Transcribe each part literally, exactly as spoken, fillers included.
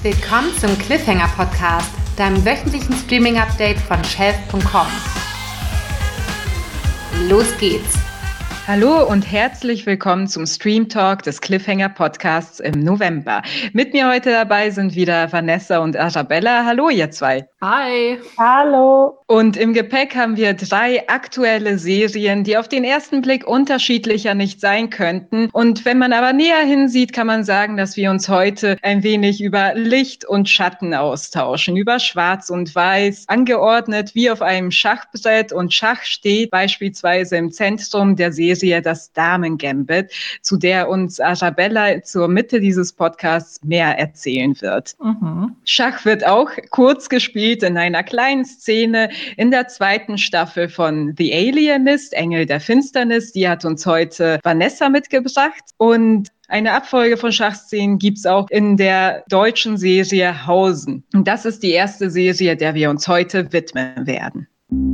Willkommen zum Cliffhanger Podcast, deinem wöchentlichen Streaming-Update von shelf punkt com. Los geht's! Hallo und herzlich willkommen zum Stream Talk des Cliffhanger Podcasts im November. Mit mir heute dabei sind wieder Vanessa und Arabella. Hallo ihr zwei. Hi. Hallo. Und im Gepäck haben wir drei aktuelle Serien, die auf den ersten Blick unterschiedlicher nicht sein könnten. Und wenn man aber näher hinsieht, kann man sagen, dass wir uns heute ein wenig über Licht und Schatten austauschen, über Schwarz und Weiß, angeordnet wie auf einem Schachbrett. Und Schach steht beispielsweise im Zentrum der Serie das Damen-Gambit, zu der uns Arabella zur Mitte dieses Podcasts mehr erzählen wird. Mhm. Schach wird auch kurz gespielt in einer kleinen Szene in der zweiten Staffel von The Alienist, Engel der Finsternis. Die hat uns heute Vanessa mitgebracht. Und eine Abfolge von Schachszenen gibt's auch in der deutschen Serie Hausen. Und das ist die erste Serie, der wir uns heute widmen werden.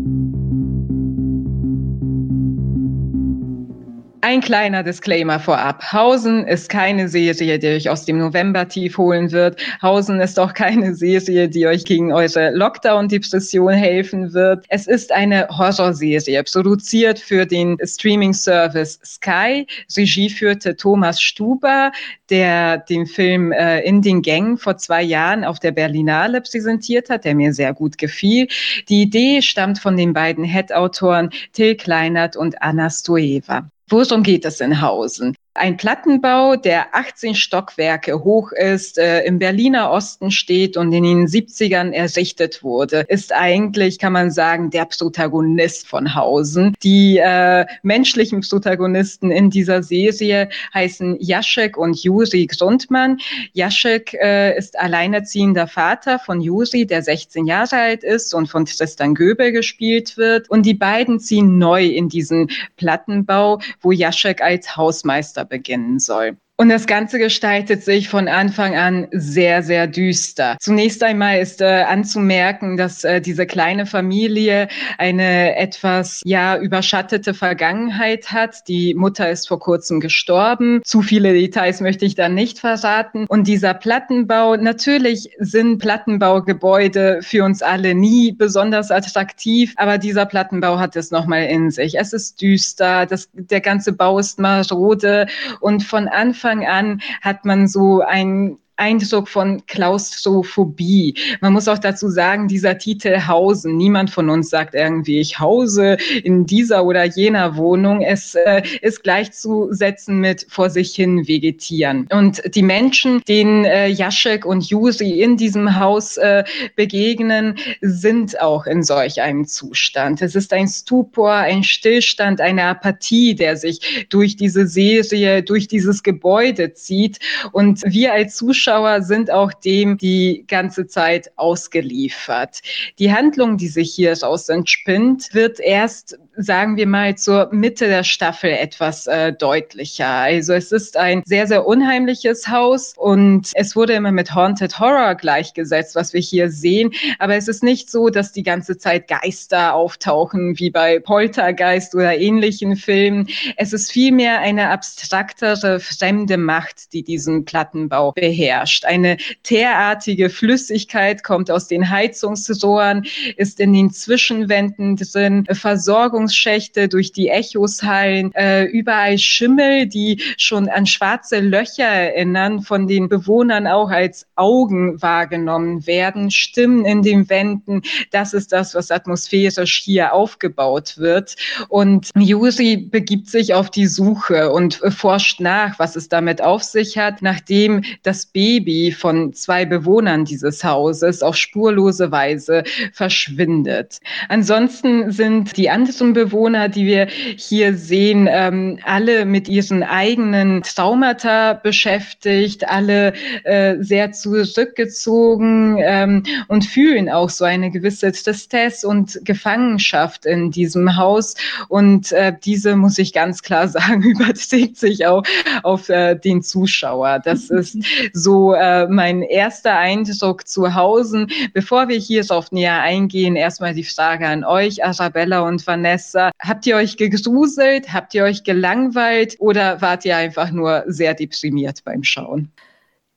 Ein kleiner Disclaimer vorab. Hausen ist keine Serie, die euch aus dem November-Tief holen wird. Hausen ist auch keine Serie, die euch gegen eure Lockdown-Depression helfen wird. Es ist eine Horrorserie, produziert für den Streaming-Service Sky. Regie führte Thomas Stuber, der den Film äh, In den Gängen vor zwei Jahren auf der Berlinale präsentiert hat, der mir sehr gut gefiel. Die Idee stammt von den beiden Head-Autoren Till Kleinert und Anna Stoeva. Worum geht es in Hausen? Ein Plattenbau, der achtzehn Stockwerke hoch ist, äh, im Berliner Osten steht und in den siebzigern errichtet wurde, ist eigentlich, kann man sagen, der Protagonist von Hausen. Die äh, menschlichen Protagonisten in dieser Serie heißen Jaschek und Juri Grundmann. Jaschek äh, ist alleinerziehender Vater von Juri, der sechzehn Jahre alt ist und von Tristan Göbel gespielt wird. Und die beiden ziehen neu in diesen Plattenbau, wo Jaschek als Hausmeister beginnen soll. Und das Ganze gestaltet sich von Anfang an sehr, sehr düster. Zunächst einmal ist äh, anzumerken, dass äh, diese kleine Familie eine etwas, ja, überschattete Vergangenheit hat. Die Mutter ist vor kurzem gestorben. Zu viele Details möchte ich da nicht verraten. Und dieser Plattenbau, natürlich sind Plattenbaugebäude für uns alle nie besonders attraktiv, aber dieser Plattenbau hat es nochmal in sich. Es ist düster, das, der ganze Bau ist marode und von Anfang an hat man so ein Eindruck von Klaustrophobie. Man muss auch dazu sagen, dieser Titel Hausen, niemand von uns sagt irgendwie, ich hause in dieser oder jener Wohnung. Es äh, ist gleichzusetzen mit vor sich hin vegetieren. Und die Menschen, denen äh, Jaschek und Juri in diesem Haus äh, begegnen, sind auch in solch einem Zustand. Es ist ein Stupor, ein Stillstand, eine Apathie, der sich durch diese Serie, durch dieses Gebäude zieht. Und wir als Zuschauer sind auch dem die ganze Zeit ausgeliefert. Die Handlung, die sich hier daraus entspinnt, wird erst, sagen wir mal, zur Mitte der Staffel etwas äh, deutlicher. Also es ist ein sehr, sehr unheimliches Haus und es wurde immer mit Haunted Horror gleichgesetzt, was wir hier sehen. Aber es ist nicht so, dass die ganze Zeit Geister auftauchen, wie bei Poltergeist oder ähnlichen Filmen. Es ist vielmehr eine abstraktere, fremde Macht, die diesen Plattenbau beherrscht. Eine teerartige Flüssigkeit kommt aus den Heizungsrohren, ist in den Zwischenwänden drin, Versorgungsschächte durch die Echoshallen, äh, überall Schimmel, die schon an schwarze Löcher erinnern, von den Bewohnern auch als Augen wahrgenommen werden, Stimmen in den Wänden. Das ist das, was atmosphärisch hier aufgebaut wird. Und Juri begibt sich auf die Suche und forscht nach, was es damit auf sich hat, nachdem das Baby von zwei Bewohnern dieses Hauses auf spurlose Weise verschwindet. Ansonsten sind die anderen Bewohner, die wir hier sehen, ähm, alle mit ihren eigenen Traumata beschäftigt, alle äh, sehr zurückgezogen ähm, und fühlen auch so eine gewisse Tristesse und Gefangenschaft in diesem Haus. Und äh, diese, muss ich ganz klar sagen, überträgt sich auch auf äh, den Zuschauer. Das ist so äh, mein erster Eindruck zu Hausen. Bevor wir hier drauf näher eingehen, erstmal die Frage an euch, Arabella und Vanessa. Habt ihr euch gegruselt? Habt ihr euch gelangweilt? Oder wart ihr einfach nur sehr deprimiert beim Schauen?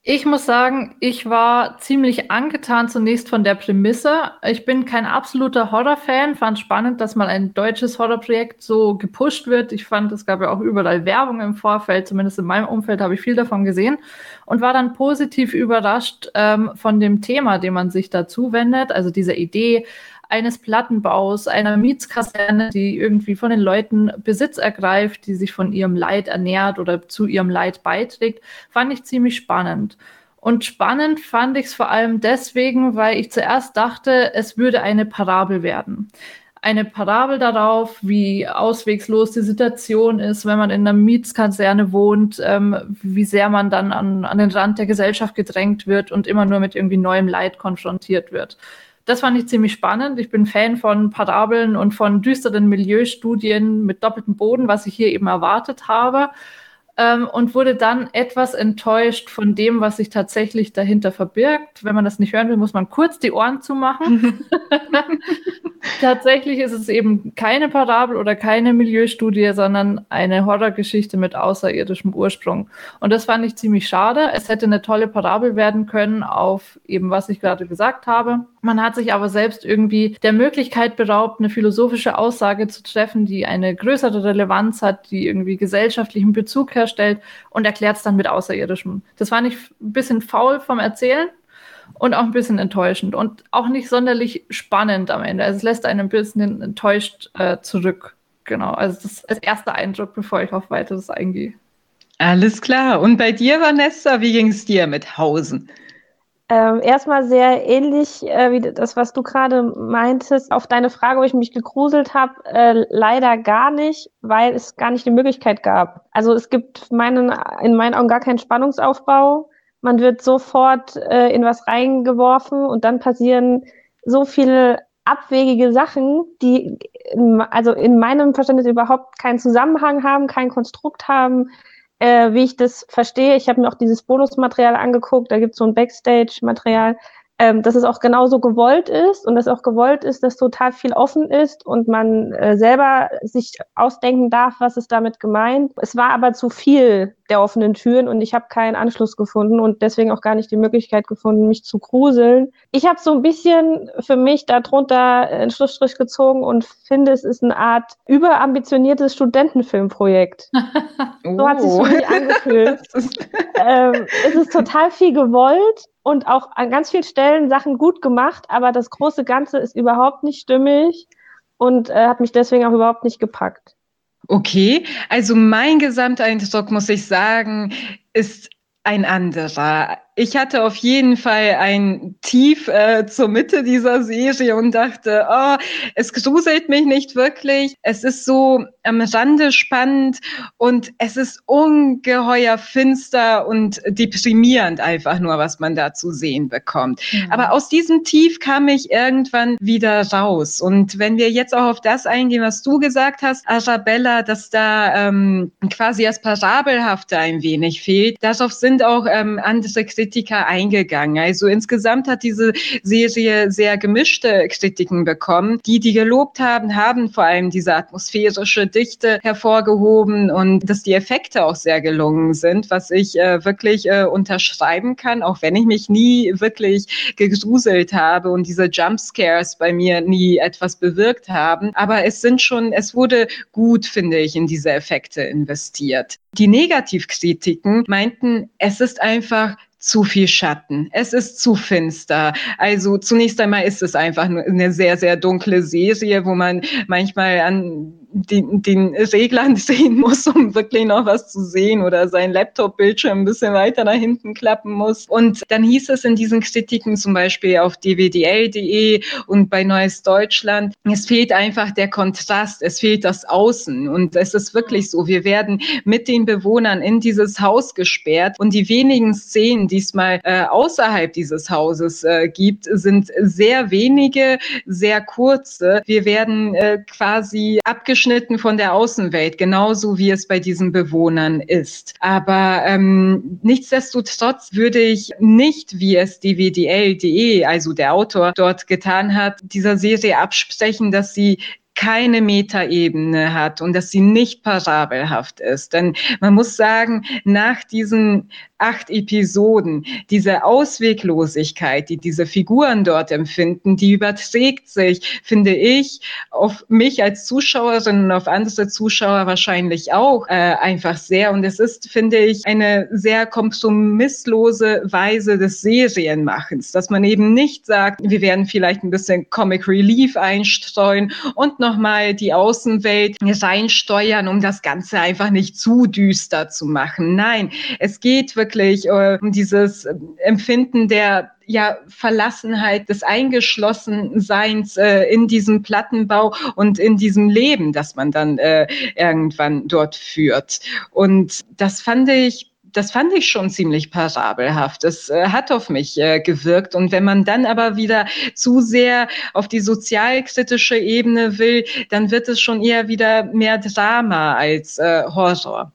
Ich muss sagen, ich war ziemlich angetan zunächst von der Prämisse. Ich bin kein absoluter Horror-Fan, fand spannend, dass mal ein deutsches Horrorprojekt so gepusht wird. Ich fand, es gab ja auch überall Werbung im Vorfeld, zumindest in meinem Umfeld habe ich viel davon gesehen und war dann positiv überrascht ähm, von dem Thema, dem man sich da zuwendet, also dieser Idee eines Plattenbaus, einer Mietskaserne, die irgendwie von den Leuten Besitz ergreift, die sich von ihrem Leid ernährt oder zu ihrem Leid beiträgt, fand ich ziemlich spannend. Und spannend fand ich es vor allem deswegen, weil ich zuerst dachte, es würde eine Parabel werden. Eine Parabel darauf, wie auswegslos die Situation ist, wenn man in einer Mietskaserne wohnt, ähm, wie sehr man dann an, an den Rand der Gesellschaft gedrängt wird und immer nur mit irgendwie neuem Leid konfrontiert wird. Das fand ich ziemlich spannend. Ich bin Fan von Parabeln und von düsteren Milieustudien mit doppeltem Boden, was ich hier eben erwartet habe. Ähm, und wurde dann etwas enttäuscht von dem, was sich tatsächlich dahinter verbirgt. Wenn man das nicht hören will, muss man kurz die Ohren zumachen. Tatsächlich ist es eben keine Parabel oder keine Milieustudie, sondern eine Horrorgeschichte mit außerirdischem Ursprung. Und das fand ich ziemlich schade. Es hätte eine tolle Parabel werden können auf eben, was ich gerade gesagt habe. Man hat sich aber selbst irgendwie der Möglichkeit beraubt, eine philosophische Aussage zu treffen, die eine größere Relevanz hat, die irgendwie gesellschaftlichen Bezug herstellt und erklärt es dann mit Außerirdischem. Das fand ich ein bisschen faul vom Erzählen. Und auch ein bisschen enttäuschend und auch nicht sonderlich spannend am Ende. Also es lässt einen ein bisschen enttäuscht äh, zurück. Genau, also das ist als erster Eindruck, bevor ich auf weiteres eingehe. Alles klar. Und bei dir, Vanessa, wie ging es dir mit Hausen? Ähm, erstmal sehr ähnlich äh, wie das, was du gerade meintest. Auf deine Frage, ob ich mich gegruselt habe, äh, leider gar nicht, weil es gar nicht die Möglichkeit gab. Also es gibt meinen, in meinen Augen gar keinen Spannungsaufbau. Man wird sofort äh, in was reingeworfen und dann passieren so viele abwegige Sachen, die in, also in meinem Verständnis überhaupt keinen Zusammenhang haben, kein Konstrukt haben, äh, wie ich das verstehe. Ich habe mir auch dieses Bonusmaterial angeguckt, da gibt es so ein Backstage-Material, ähm, dass es auch genauso gewollt ist und dass auch gewollt ist, dass total viel offen ist und man äh, selber sich ausdenken darf, was ist damit gemeint. Es war aber zu viel der offenen Türen und ich habe keinen Anschluss gefunden und deswegen auch gar nicht die Möglichkeit gefunden, mich zu gruseln. Ich habe so ein bisschen für mich darunter einen Schlussstrich gezogen und finde, es ist eine Art überambitioniertes Studentenfilmprojekt. Oh. So hat es sich für mich angefühlt. ähm, es ist total viel gewollt und auch an ganz vielen Stellen Sachen gut gemacht, aber das große Ganze ist überhaupt nicht stimmig und äh, hat mich deswegen auch überhaupt nicht gepackt. Okay, also mein Gesamteindruck, muss ich sagen, ist ein anderer. Ich hatte auf jeden Fall ein Tief äh, zur Mitte dieser Serie und dachte, oh, es gruselt mich nicht wirklich. Es ist so am Rande spannend und es ist ungeheuer finster und deprimierend einfach nur, was man da zu sehen bekommt. Mhm. Aber aus diesem Tief kam ich irgendwann wieder raus. Und wenn wir jetzt auch auf das eingehen, was du gesagt hast, Arabella, dass da ähm, quasi das Parabelhafte ein wenig fehlt, darauf sind auch ähm, andere Kritiker eingegangen. Also insgesamt hat diese Serie sehr gemischte Kritiken bekommen. Die, die gelobt haben, haben vor allem diese atmosphärische Dichte hervorgehoben und dass die Effekte auch sehr gelungen sind, was ich äh, wirklich äh, unterschreiben kann, auch wenn ich mich nie wirklich gegruselt habe und diese Jumpscares bei mir nie etwas bewirkt haben. Aber es sind schon, es wurde gut, finde ich, in diese Effekte investiert. Die Negativkritiken meinten, es ist einfach zu viel Schatten. Es ist zu finster. Also zunächst einmal ist es einfach nur eine sehr, sehr dunkle Serie, wo man manchmal an den, den Reglern sehen muss, um wirklich noch was zu sehen oder sein Laptop-Bildschirm ein bisschen weiter nach hinten klappen muss. Und dann hieß es in diesen Kritiken zum Beispiel auf d w d l punkt d e und bei Neues Deutschland, es fehlt einfach der Kontrast, es fehlt das Außen. Und es ist wirklich so, wir werden mit den Bewohnern in dieses Haus gesperrt und die wenigen Szenen, die es mal äh, außerhalb dieses Hauses äh, gibt, sind sehr wenige, sehr kurze. Wir werden äh, quasi abgeschnitten von der Außenwelt, genauso wie es bei diesen Bewohnern ist. Aber ähm, nichtsdestotrotz würde ich nicht, wie es d w d l punkt d e, also der Autor dort getan hat, dieser Serie absprechen, dass sie keine Metaebene hat und dass sie nicht parabelhaft ist. Denn man muss sagen, nach diesen acht Episoden, diese Ausweglosigkeit, die diese Figuren dort empfinden, die überträgt sich, finde ich, auf mich als Zuschauerin und auf andere Zuschauer wahrscheinlich auch äh, einfach sehr. Und es ist, finde ich, eine sehr kompromisslose Weise des Serienmachens, dass man eben nicht sagt, wir werden vielleicht ein bisschen Comic Relief einstreuen und nochmal die Außenwelt reinsteuern, um das Ganze einfach nicht zu düster zu machen. Nein, es geht wirklich äh, um dieses Empfinden der ja, Verlassenheit, des Eingeschlossenseins äh, in diesem Plattenbau und in diesem Leben, das man dann äh, irgendwann dort führt. Und das fand ich Das fand ich schon ziemlich parabelhaft. Es äh, hat auf mich äh, gewirkt. Und wenn man dann aber wieder zu sehr auf die sozialkritische Ebene will, dann wird es schon eher wieder mehr Drama als äh, Horror.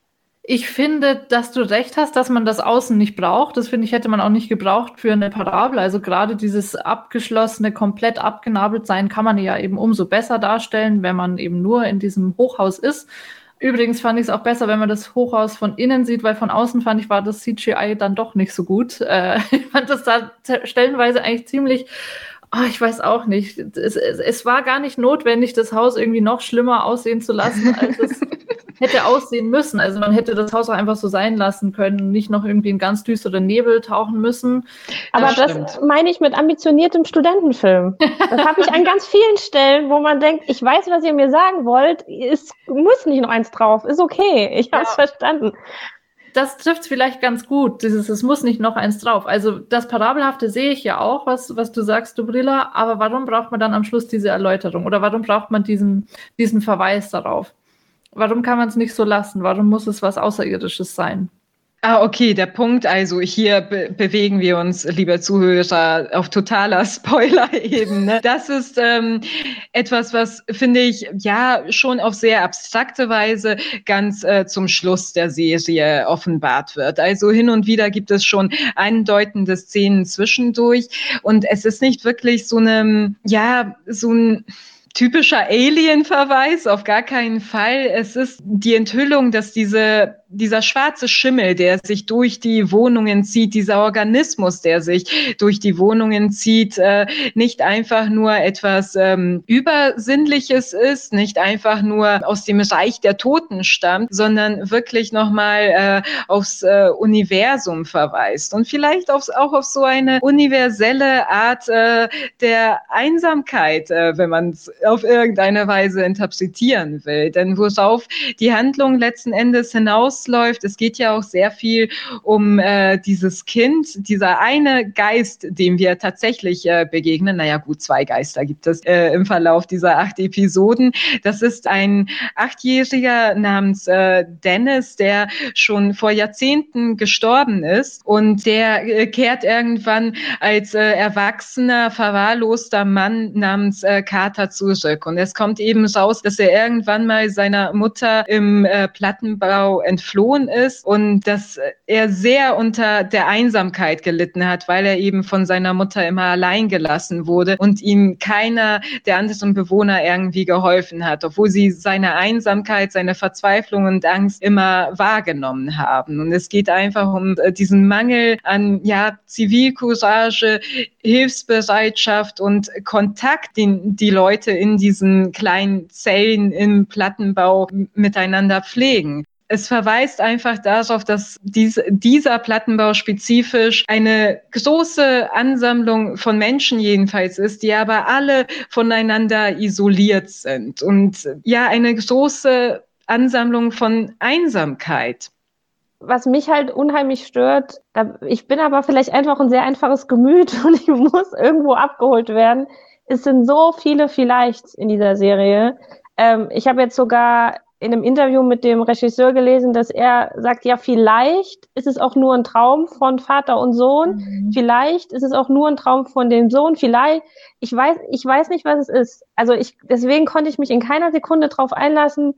Ich finde, dass du recht hast, dass man das Außen nicht braucht. Das finde ich, hätte man auch nicht gebraucht für eine Parabel. Also gerade dieses abgeschlossene, komplett abgenabelt sein kann man ja eben umso besser darstellen, wenn man eben nur in diesem Hochhaus ist. Übrigens fand ich es auch besser, wenn man das Hochhaus von innen sieht, weil von außen fand ich, war das C G I dann doch nicht so gut. Äh, ich fand das da stellenweise eigentlich ziemlich, oh, ich weiß auch nicht. Es, es, es war gar nicht notwendig, das Haus irgendwie noch schlimmer aussehen zu lassen, als es hätte aussehen müssen. Also man hätte das Haus auch einfach so sein lassen können, nicht noch irgendwie in ganz düsteren Nebel tauchen müssen. Aber das, das meine ich mit ambitioniertem Studentenfilm. Das habe ich an ganz vielen Stellen, wo man denkt, ich weiß, was ihr mir sagen wollt, es muss nicht noch eins drauf, ist okay, ich habe es ja verstanden. Das trifft es vielleicht ganz gut, dieses, es muss nicht noch eins drauf. Also das Parabelhafte sehe ich ja auch, was, was du sagst, Dobrila, aber warum braucht man dann am Schluss diese Erläuterung oder warum braucht man diesen, diesen Verweis darauf? Warum kann man es nicht so lassen? Warum muss es was Außerirdisches sein? Ah, okay, der Punkt, also hier be- bewegen wir uns, lieber Zuhörer, auf totaler Spoiler-Ebene. Das ist ähm, etwas, was, finde ich, ja schon auf sehr abstrakte Weise ganz äh, zum Schluss der Serie offenbart wird. Also hin und wieder gibt es schon andeutende Szenen zwischendurch und es ist nicht wirklich so eine, ja, so ein typischer Alien-Verweis, auf gar keinen Fall. Es ist die Enthüllung, dass diese dieser schwarze Schimmel, der sich durch die Wohnungen zieht, dieser Organismus, der sich durch die Wohnungen zieht, äh, nicht einfach nur etwas ähm, Übersinnliches ist, nicht einfach nur aus dem Reich der Toten stammt, sondern wirklich nochmal äh, aufs äh, Universum verweist und vielleicht aufs, auch auf so eine universelle Art äh, der Einsamkeit, äh, wenn man es auf irgendeine Weise interpretieren will. Denn worauf die Handlung letzten Endes hinaus läuft. Es geht ja auch sehr viel um äh, dieses Kind, dieser eine Geist, dem wir tatsächlich äh, begegnen. Naja gut, zwei Geister gibt es äh, im Verlauf dieser acht Episoden. Das ist ein Achtjähriger namens äh, Dennis, der schon vor Jahrzehnten gestorben ist und der äh, kehrt irgendwann als äh, erwachsener, verwahrloster Mann namens äh, Carter zurück. Und es kommt eben raus, dass er irgendwann mal seiner Mutter im äh, Plattenbau entflohen ist und dass er sehr unter der Einsamkeit gelitten hat, weil er eben von seiner Mutter immer allein gelassen wurde und ihm keiner der anderen Bewohner irgendwie geholfen hat, obwohl sie seine Einsamkeit, seine Verzweiflung und Angst immer wahrgenommen haben. Und es geht einfach um diesen Mangel an ja, Zivilcourage, Hilfsbereitschaft und Kontakt, den die Leute in diesen kleinen Zellen im Plattenbau miteinander pflegen. Es verweist einfach darauf, dass dies, dieser Plattenbau spezifisch eine große Ansammlung von Menschen jedenfalls ist, die aber alle voneinander isoliert sind und ja, eine große Ansammlung von Einsamkeit. Was mich halt unheimlich stört, da, ich bin aber vielleicht einfach ein sehr einfaches Gemüt und ich muss irgendwo abgeholt werden. Es sind so viele Vielleichts in dieser Serie. Ähm, ich habe jetzt sogar in einem Interview mit dem Regisseur gelesen, dass er sagt, ja, vielleicht ist es auch nur ein Traum von Vater und Sohn, mhm. vielleicht ist es auch nur ein Traum von dem Sohn, vielleicht, ich weiß, ich weiß nicht, was es ist. Also ich, deswegen konnte ich mich in keiner Sekunde drauf einlassen.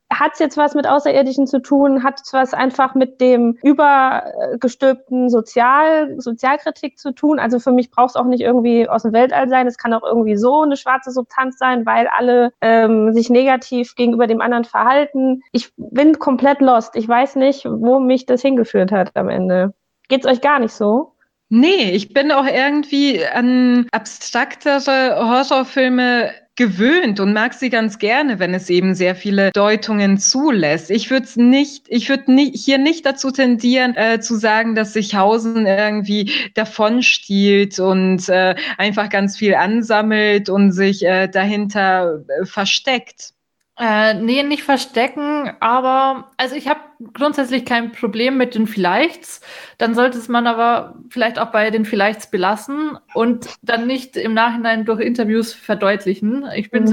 hat es jetzt was mit Außerirdischen zu tun? Hat es was einfach mit dem übergestülpten Sozial, Sozialkritik zu tun? Also für mich braucht es auch nicht irgendwie aus dem Weltall sein. Es kann auch irgendwie so eine schwarze Substanz sein, weil alle ähm, sich negativ gegenüber dem anderen verhalten. Ich bin komplett lost. Ich weiß nicht, wo mich das hingeführt hat am Ende. Geht's euch gar nicht so? Nee, ich bin auch irgendwie an abstraktere Horrorfilme gewöhnt und mag sie ganz gerne, wenn es eben sehr viele Deutungen zulässt. Ich würde nicht, ich würde nicht, hier nicht dazu tendieren, äh, zu sagen, dass sich Hausen irgendwie davonstiehlt und äh, einfach ganz viel ansammelt und sich äh, dahinter äh, versteckt. Äh, nee, nicht verstecken, aber also ich habe grundsätzlich kein Problem mit den Vielleichts. Dann sollte es man aber vielleicht auch bei den Vielleichts belassen und dann nicht im Nachhinein durch Interviews verdeutlichen. Ich bin so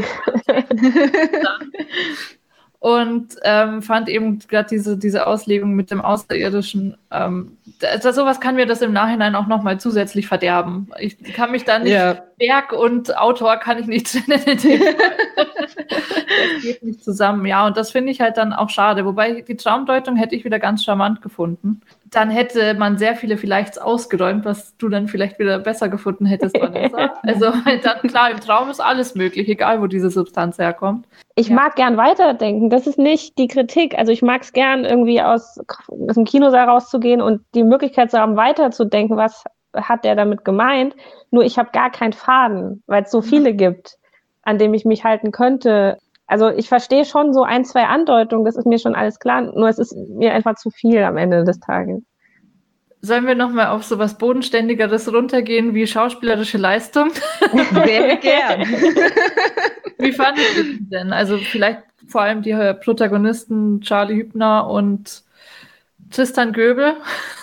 und ähm, fand eben gerade diese, diese Auslegung mit dem Außerirdischen, ähm, da, sowas kann mir das im Nachhinein auch nochmal zusätzlich verderben. Ich kann mich da nicht, ja. Werk und Autor kann ich nicht trennen. Das geht nicht zusammen, ja, und das finde ich halt dann auch schade. Wobei die Traumdeutung hätte ich wieder ganz charmant gefunden. Dann hätte man sehr viele vielleicht ausgeräumt, was du dann vielleicht wieder besser gefunden hättest, Vanessa. Also dann klar, im Traum ist alles möglich, egal wo diese Substanz herkommt. Ich ja. mag gern weiterdenken, das ist nicht die Kritik. Also ich mag es gern, irgendwie aus, aus dem Kinosaal rauszugehen und die Möglichkeit zu haben, weiterzudenken, was hat der damit gemeint. Nur ich habe gar keinen Faden, weil es so viele gibt, an dem ich mich halten könnte. Also ich verstehe schon so ein, zwei Andeutungen, das ist mir schon alles klar, nur es ist mir einfach zu viel am Ende des Tages. Sollen wir nochmal auf so was Bodenständigeres runtergehen wie schauspielerische Leistung? Sehr gern. Wie fandet ihr die denn? Also vielleicht vor allem die Protagonisten Charlie Hübner und Tristan Göbel?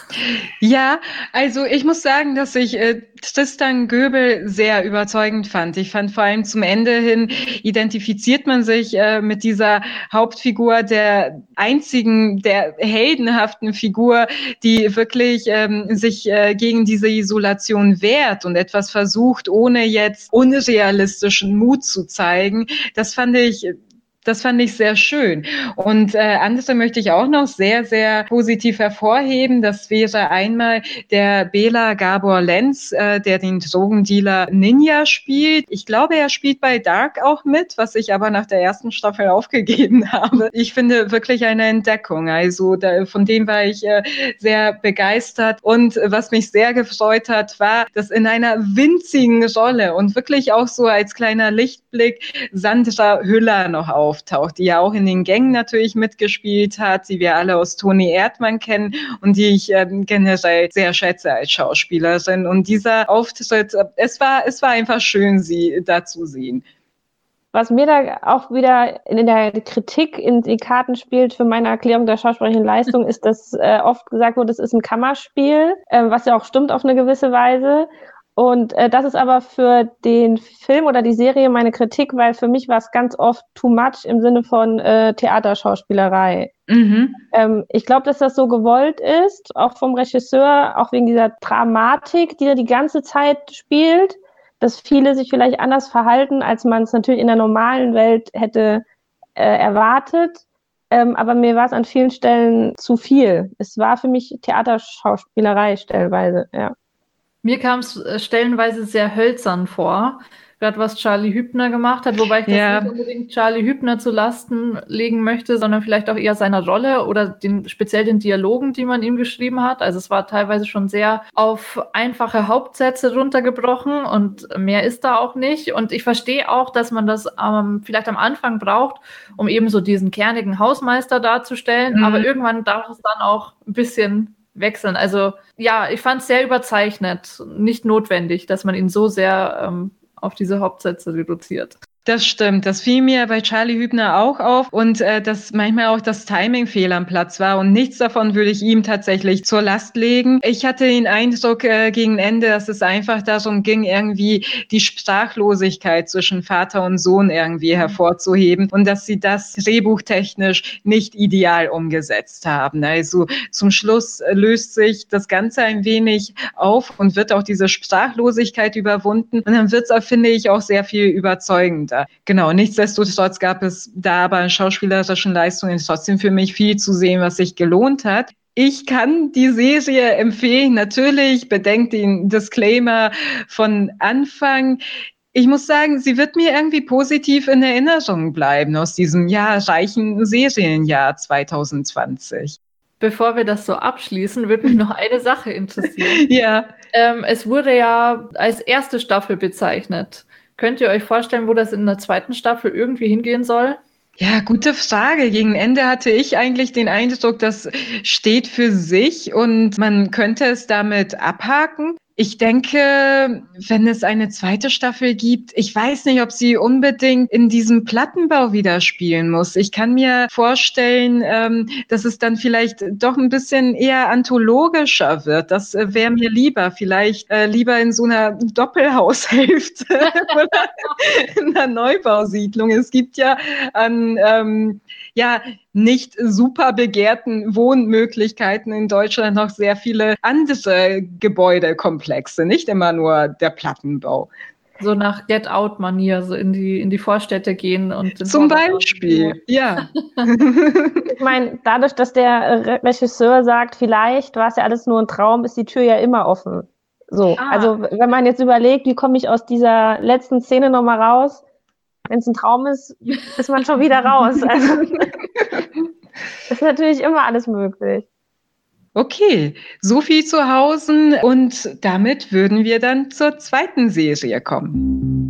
Ja, also ich muss sagen, dass ich äh, Tristan Göbel sehr überzeugend fand. Ich fand vor allem zum Ende hin identifiziert man sich äh, mit dieser Hauptfigur, der einzigen, der heldenhaften Figur, die wirklich ähm, sich äh, gegen diese Isolation wehrt und etwas versucht, ohne jetzt unrealistischen Mut zu zeigen. Das fand ich Das fand ich sehr schön. Und äh, andere möchte ich auch noch sehr, sehr positiv hervorheben. Das wäre einmal der Bela Gabor Lenz, äh, der den Drogendealer Ninja spielt. Ich glaube, er spielt bei Dark auch mit, was ich aber nach der ersten Staffel aufgegeben habe. Ich finde wirklich eine Entdeckung. Also da, von dem war ich äh, sehr begeistert. Und was mich sehr gefreut hat, war, dass in einer winzigen Rolle und wirklich auch so als kleiner Lichtblick Sandra Hüller noch auf. auftaucht, die ja auch in den Gängen natürlich mitgespielt hat, die wir alle aus Toni Erdmann kennen und die ich ähm, generell sehr schätze als Schauspielerin. Und dieser Auftritt, es war, es war einfach schön, sie da zu sehen. Was mir da auch wieder in der Kritik in die Karten spielt für meine Erklärung der schauspielerischen Leistung, ist, dass äh, oft gesagt wurde, es ist ein Kammerspiel, äh, was ja auch stimmt auf eine gewisse Weise. Und äh, das ist aber für den Film oder die Serie meine Kritik, weil für mich war es ganz oft too much im Sinne von äh, Theaterschauspielerei. Mhm. Ähm, ich glaube, dass das so gewollt ist, auch vom Regisseur, auch wegen dieser Dramatik, die er die ganze Zeit spielt, dass viele sich vielleicht anders verhalten, als man es natürlich in der normalen Welt hätte äh, erwartet. Ähm, aber mir war es an vielen Stellen zu viel. Es war für mich Theaterschauspielerei stellenweise, ja. Mir kam es äh, stellenweise sehr hölzern vor, gerade was Charlie Hübner gemacht hat, wobei ich das ja. nicht unbedingt Charlie Hübner zu Lasten legen möchte, sondern vielleicht auch eher seiner Rolle oder den, speziell den Dialogen, die man ihm geschrieben hat. Also es war teilweise schon sehr auf einfache Hauptsätze runtergebrochen und mehr ist da auch nicht. Und ich verstehe auch, dass man das ähm, vielleicht am Anfang braucht, um eben so diesen kernigen Hausmeister darzustellen, mhm. aber irgendwann darf es dann auch ein bisschen wechseln. Also ja, ich fand es sehr überzeichnet, nicht notwendig, dass man ihn so sehr ähm, auf diese Hauptsätze reduziert. Das stimmt, das fiel mir bei Charlie Hübner auch auf und äh, dass manchmal auch das Timing fehl am Platz war und nichts davon würde ich ihm tatsächlich zur Last legen. Ich hatte den Eindruck äh, gegen Ende, dass es einfach darum ging, irgendwie die Sprachlosigkeit zwischen Vater und Sohn irgendwie hervorzuheben und dass sie das drehbuchtechnisch nicht ideal umgesetzt haben. Also zum Schluss löst sich das Ganze ein wenig auf und wird auch diese Sprachlosigkeit überwunden und dann wird es, finde ich, auch sehr viel überzeugend. miteinander. Genau, nichtsdestotrotz gab es da aber schauspielerischen Leistungen trotzdem für mich viel zu sehen, was sich gelohnt hat. Ich kann die Serie empfehlen. Natürlich, bedenkt den Disclaimer von Anfang. Ich muss sagen, sie wird mir irgendwie positiv in Erinnerung bleiben aus diesem ja reichen Serienjahr zwanzig zwanzig. Bevor wir das so abschließen, würde mich noch eine Sache interessieren. Ja. Ähm, es wurde ja als erste Staffel bezeichnet. Könnt ihr euch vorstellen, wo das in der zweiten Staffel irgendwie hingehen soll? Ja, gute Frage. Gegen Ende hatte ich eigentlich den Eindruck, das steht für sich und man könnte es damit abhaken. Ich denke, wenn es eine zweite Staffel gibt, ich weiß nicht, ob sie unbedingt in diesem Plattenbau wieder spielen muss. Ich kann mir vorstellen, ähm, dass es dann vielleicht doch ein bisschen eher anthologischer wird. Das äh, wäre mir lieber. Vielleicht äh, lieber in so einer Doppelhaushälfte oder in einer Neubausiedlung. Es gibt ja an ähm, ja nicht super begehrten Wohnmöglichkeiten in Deutschland noch sehr viele andere Gebäudekomplexe, nicht immer nur der Plattenbau. So nach Get-Out-Manier, so in die, in die Vorstädte gehen und zum Beispiel, ja. Ich meine, dadurch, dass der Re- Regisseur sagt, vielleicht war es ja alles nur ein Traum, ist die Tür ja immer offen. So, Ah. also wenn man jetzt überlegt, wie komme ich aus dieser letzten Szene nochmal raus, wenn es ein Traum ist, ist man schon wieder raus. Also ist natürlich immer alles möglich. Okay, so viel zu Hause und damit würden wir dann zur zweiten Serie kommen.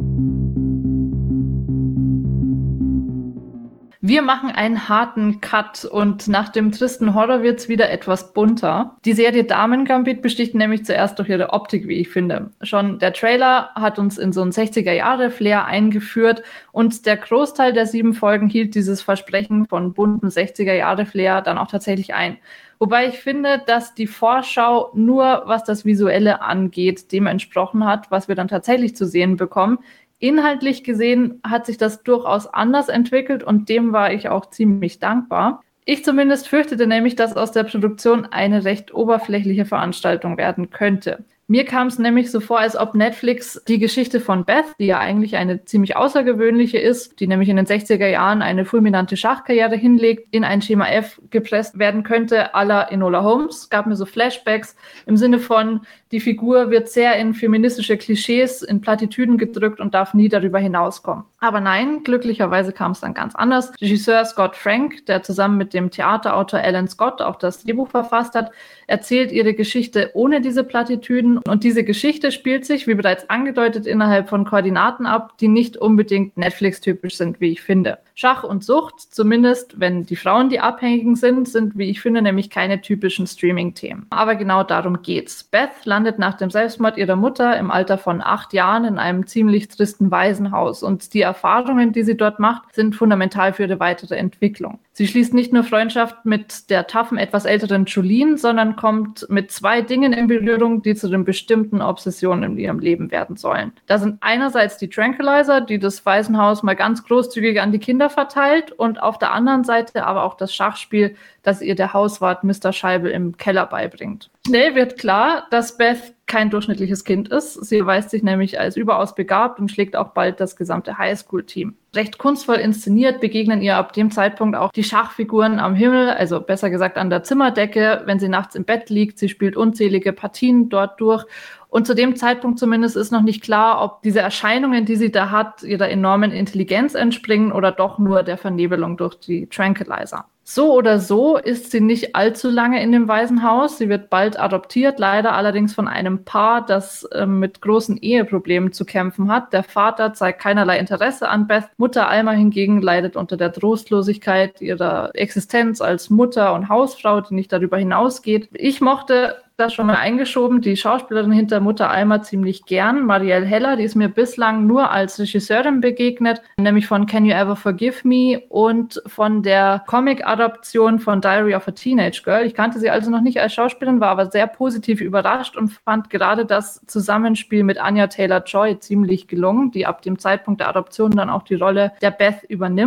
Wir machen einen harten Cut und nach dem tristen Horror wird's wieder etwas bunter. Die Serie Damen-Gambit besticht nämlich zuerst durch ihre Optik, wie ich finde. Schon der Trailer hat uns in so ein sechziger-Jahre-Flair eingeführt und der Großteil der sieben Folgen hielt dieses Versprechen von bunten sechziger-Jahre-Flair dann auch tatsächlich ein. Wobei ich finde, dass die Vorschau nur, was das Visuelle angeht, dem entsprochen hat, was wir dann tatsächlich zu sehen bekommen. Inhaltlich gesehen hat sich das durchaus anders entwickelt und dem war ich auch ziemlich dankbar. Ich zumindest fürchtete nämlich, dass aus der Produktion eine recht oberflächliche Veranstaltung werden könnte. Mir kam es nämlich so vor, als ob Netflix die Geschichte von Beth, die ja eigentlich eine ziemlich außergewöhnliche ist, die nämlich in den sechziger Jahren eine fulminante Schachkarriere hinlegt, in ein Schema F gepresst werden könnte, à la Enola Holmes. Es gab mir so Flashbacks im Sinne von, die Figur wird sehr in feministische Klischees, in Plattitüden gedrückt und darf nie darüber hinauskommen. Aber nein, glücklicherweise kam es dann ganz anders. Regisseur Scott Frank, der zusammen mit dem Theaterautor Alan Scott auch das Drehbuch verfasst hat, erzählt ihre Geschichte ohne diese Plattitüden. Und diese Geschichte spielt sich, wie bereits angedeutet, innerhalb von Koordinaten ab, die nicht unbedingt Netflix-typisch sind, wie ich finde. Schach und Sucht, zumindest wenn die Frauen die Abhängigen sind, sind, wie ich finde, nämlich keine typischen Streaming-Themen. Aber genau darum geht's. Beth landet nach dem Selbstmord ihrer Mutter im Alter von acht Jahren in einem ziemlich tristen Waisenhaus und die Erfahrungen, die sie dort macht, sind fundamental für ihre weitere Entwicklung. Sie schließt nicht nur Freundschaft mit der taffen, etwas älteren Jolene, sondern kommt mit zwei Dingen in Berührung, die zu den bestimmten Obsessionen in ihrem Leben werden sollen. Da sind einerseits die Tranquilizer, die das Waisenhaus mal ganz großzügig an die Kinder verteilt und auf der anderen Seite aber auch das Schachspiel, das ihr der Hauswart Mister Scheibel im Keller beibringt. Schnell wird klar, dass Beth kein durchschnittliches Kind ist. Sie erweist sich nämlich als überaus begabt und schlägt auch bald das gesamte Highschool-Team. Recht kunstvoll inszeniert begegnen ihr ab dem Zeitpunkt auch die Schachfiguren am Himmel, also besser gesagt an der Zimmerdecke, wenn sie nachts im Bett liegt. Sie spielt unzählige Partien dort durch. Und zu dem Zeitpunkt zumindest ist noch nicht klar, ob diese Erscheinungen, die sie da hat, ihrer enormen Intelligenz entspringen oder doch nur der Vernebelung durch die Tranquilizer. So oder so ist sie nicht allzu lange in dem Waisenhaus. Sie wird bald adoptiert, leider allerdings von einem Paar, das äh, mit großen Eheproblemen zu kämpfen hat. Der Vater zeigt keinerlei Interesse an Beth. Mutter Alma hingegen leidet unter der Trostlosigkeit ihrer Existenz als Mutter und Hausfrau, die nicht darüber hinausgeht. Ich mochte das schon mal eingeschoben, die Schauspielerin hinter Mutter Alma ziemlich gern. Marielle Heller, die ist mir bislang nur als Regisseurin begegnet, nämlich von Can You Ever Forgive Me und von der Comic-Adaption von Diary of a Teenage Girl. Ich kannte sie also noch nicht als Schauspielerin, war aber sehr positiv überrascht und fand gerade das Zusammenspiel mit Anya Taylor-Joy ziemlich gelungen, die ab dem Zeitpunkt der Adoption dann auch die Rolle der Beth übernimmt.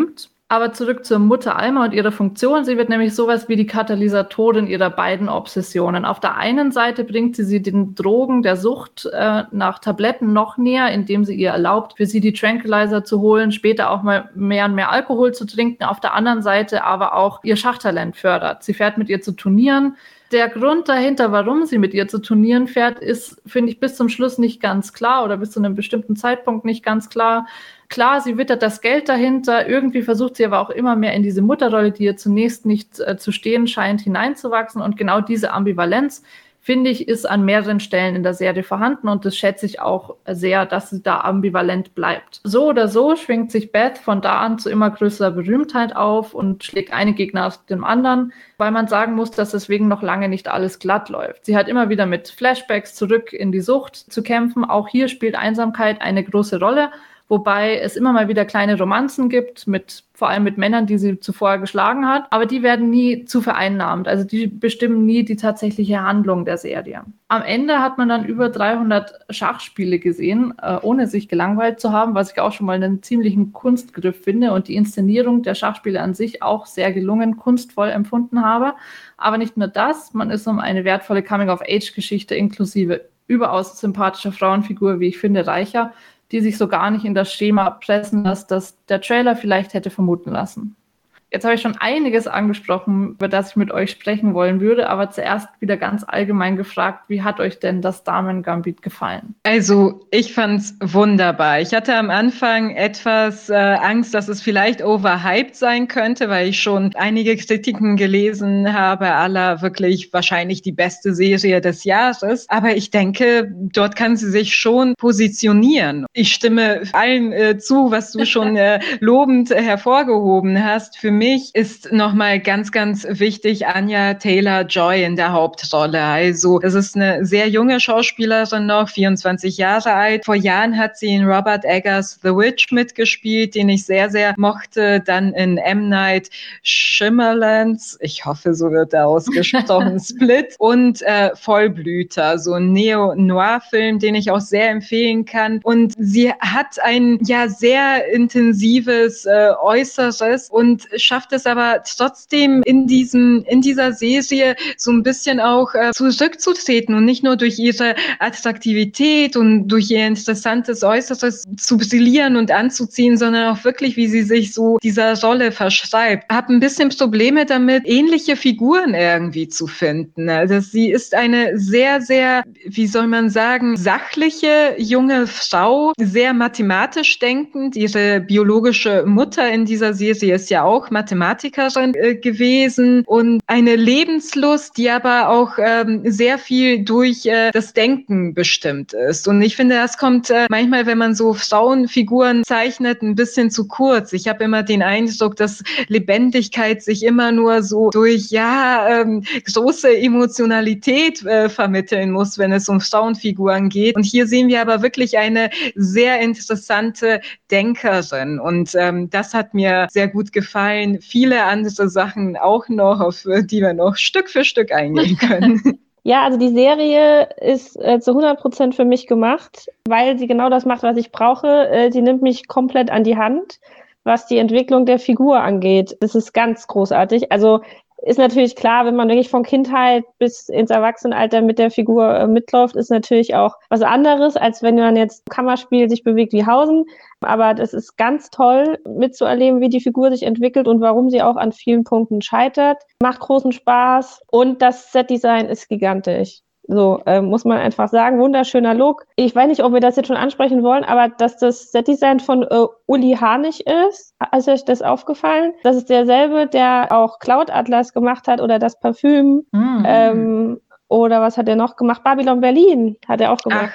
Aber zurück zur Mutter Alma und ihrer Funktion. Sie wird nämlich sowas wie die Katalysatorin ihrer beiden Obsessionen. Auf der einen Seite bringt sie sie den Drogen der Sucht äh, nach Tabletten noch näher, indem sie ihr erlaubt, für sie die Tranquilizer zu holen, später auch mal mehr und mehr Alkohol zu trinken. Auf der anderen Seite aber auch ihr Schachtalent fördert. Sie fährt mit ihr zu Turnieren. Der Grund dahinter, warum sie mit ihr zu Turnieren fährt, ist, finde ich, bis zum Schluss nicht ganz klar oder bis zu einem bestimmten Zeitpunkt nicht ganz klar. Klar, sie wittert das Geld dahinter. Irgendwie versucht sie aber auch immer mehr in diese Mutterrolle, die ihr zunächst nicht äh, zu stehen scheint, hineinzuwachsen. Und genau diese Ambivalenz, finde ich, ist an mehreren Stellen in der Serie vorhanden. Und das schätze ich auch sehr, dass sie da ambivalent bleibt. So oder so schwingt sich Beth von da an zu immer größerer Berühmtheit auf und schlägt einen Gegner nach dem anderen, weil man sagen muss, dass deswegen noch lange nicht alles glatt läuft. Sie hat immer wieder mit Flashbacks zurück in die Sucht zu kämpfen. Auch hier spielt Einsamkeit eine große Rolle. Wobei es immer mal wieder kleine Romanzen gibt, mit vor allem mit Männern, die sie zuvor geschlagen hat. Aber die werden nie zu vereinnahmt. Also die bestimmen nie die tatsächliche Handlung der Serie. Am Ende hat man dann über dreihundert Schachspiele gesehen, äh, ohne sich gelangweilt zu haben, was ich auch schon mal einen ziemlichen Kunstgriff finde und die Inszenierung der Schachspiele an sich auch sehr gelungen, kunstvoll empfunden habe. Aber nicht nur das, man ist um eine wertvolle Coming-of-Age-Geschichte inklusive überaus sympathischer Frauenfigur, wie ich finde, reicher, die sich so gar nicht in das Schema pressen lässt, das der Trailer vielleicht hätte vermuten lassen. Jetzt habe ich schon einiges angesprochen, über das ich mit euch sprechen wollen würde, aber zuerst wieder ganz allgemein gefragt, wie hat euch denn das Damen-Gambit gefallen? Also, ich fand's wunderbar. Ich hatte am Anfang etwas äh, Angst, dass es vielleicht overhyped sein könnte, weil ich schon einige Kritiken gelesen habe, aller wirklich wahrscheinlich die beste Serie des Jahres. Aber ich denke, dort kann sie sich schon positionieren. Ich stimme allem äh, zu, was du schon äh, lobend äh, hervorgehoben hast. Für mich ist nochmal ganz, ganz wichtig Anya Taylor-Joy in der Hauptrolle. Also es ist eine sehr junge Schauspielerin noch, vierundzwanzig Jahre alt. Vor Jahren hat sie in Robert Eggers The Witch mitgespielt, den ich sehr, sehr mochte. Dann in M. Night Shyamalan's, ich hoffe, so wird er ausgesprochen, Split. Und äh, Vollblüter, so ein Neo-Noir-Film, den ich auch sehr empfehlen kann. Und sie hat ein ja sehr intensives äh, Äußeres und schafft es aber trotzdem in diesem, in dieser Serie so ein bisschen auch äh, zurückzutreten und nicht nur durch ihre Attraktivität und durch ihr interessantes Äußeres zu brillieren und anzuziehen, sondern auch wirklich, wie sie sich so dieser Rolle verschreibt. Hab ein bisschen Probleme damit, ähnliche Figuren irgendwie zu finden. Also sie ist eine sehr, sehr, wie soll man sagen, sachliche junge Frau, sehr mathematisch denkend. Ihre biologische Mutter in dieser Serie ist ja auch Mathematikerin äh, gewesen und eine Lebenslust, die aber auch ähm, sehr viel durch äh, das Denken bestimmt ist. Und ich finde, das kommt äh, manchmal, wenn man so Frauenfiguren zeichnet, ein bisschen zu kurz. Ich habe immer den Eindruck, dass Lebendigkeit sich immer nur so durch ja ähm, große Emotionalität äh, vermitteln muss, wenn es um Frauenfiguren geht. Und hier sehen wir aber wirklich eine sehr interessante Denkerin. Und ähm, das hat mir sehr gut gefallen. Viele andere Sachen auch noch, auf die wir noch Stück für Stück eingehen können. Ja, also die Serie ist äh, zu hundert Prozent für mich gemacht, weil sie genau das macht, was ich brauche. Äh, sie nimmt mich komplett an die Hand, was die Entwicklung der Figur angeht. Das ist ganz großartig. Also ist natürlich klar, wenn man wirklich von Kindheit bis ins Erwachsenenalter mit der Figur äh, mitläuft, ist natürlich auch was anderes, als wenn man jetzt im Kammerspiel sich bewegt wie Hausen. Aber das ist ganz toll mitzuerleben, wie die Figur sich entwickelt und warum sie auch an vielen Punkten scheitert. Macht großen Spaß und das Setdesign ist gigantisch. So, äh, muss man einfach sagen, wunderschöner Look. Ich weiß nicht, ob wir das jetzt schon ansprechen wollen, aber dass das Setdesign von äh, Uli Harnig ist, ist euch das aufgefallen? Das ist derselbe, der auch Cloud Atlas gemacht hat oder das Parfüm. Mhm. Ähm, oder was hat er noch gemacht? Babylon Berlin hat er auch gemacht.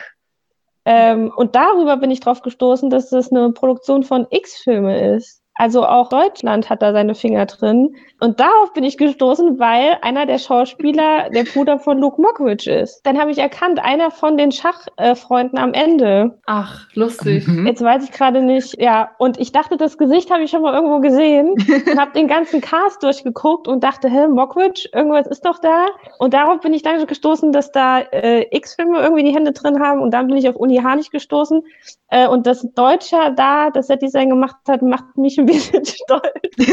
Ähm, und darüber bin ich drauf gestoßen, dass das eine Produktion von X-Filme ist. Also auch Deutschland hat da seine Finger drin. Und darauf bin ich gestoßen, weil einer der Schauspieler der Bruder von Luke Mockridge ist. Dann habe ich erkannt, einer von den Schachfreunden äh, am Ende. Ach, lustig. Mhm. Jetzt weiß ich gerade nicht. Ja, und ich dachte, das Gesicht habe ich schon mal irgendwo gesehen und habe den ganzen Cast durchgeguckt und dachte, hä, Mockridge, irgendwas ist doch da. Und darauf bin ich dann gestoßen, dass da äh, X-Filme irgendwie die Hände drin haben. Und dann bin ich auf Uli Harnig gestoßen. Äh, und das Deutsche da, das Set-Design gemacht hat, macht mich ein bisschen stolz.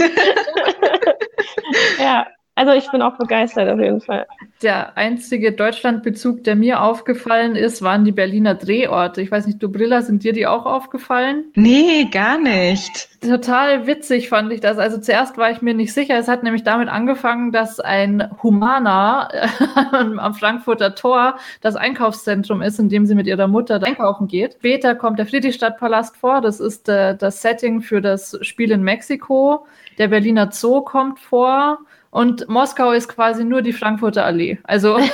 Ja, also ich bin auch begeistert auf jeden Fall. Der einzige Deutschlandbezug, der mir aufgefallen ist, waren die Berliner Drehorte. Ich weiß nicht, du Brilla, sind dir die auch aufgefallen? Nee, gar nicht. Total witzig fand ich das. Also zuerst war ich mir nicht sicher. Es hat nämlich damit angefangen, dass ein Humana äh, am Frankfurter Tor das Einkaufszentrum ist, in dem sie mit ihrer Mutter einkaufen geht. Später kommt der Friedrichstadtpalast vor. Das ist äh, das Setting für das Spiel in Mexiko. Der Berliner Zoo kommt vor. Und Moskau ist quasi nur die Frankfurter Allee. Also Und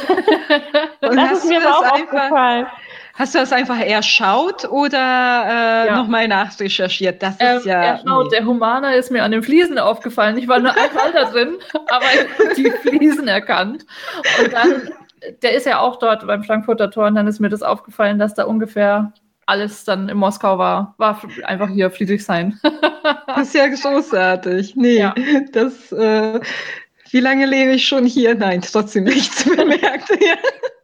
das ist mir aber auch aufgefallen. Hast du das einfach erschaut oder äh, Ja. nochmal nachrecherchiert? Das ähm, ist ja. erschaut, nee. der Humana ist mir an den Fliesen aufgefallen. Ich war nur einmal da drin, aber ich habe die Fliesen erkannt. Und dann, der ist ja auch dort beim Frankfurter Tor, und dann ist mir das aufgefallen, dass da ungefähr alles dann in Moskau war. War einfach hier Friedrichshain. Das ist ja großartig. Nee, Ja. das. Äh, wie lange lebe ich schon hier? Nein, trotzdem nichts bemerkt. Ja.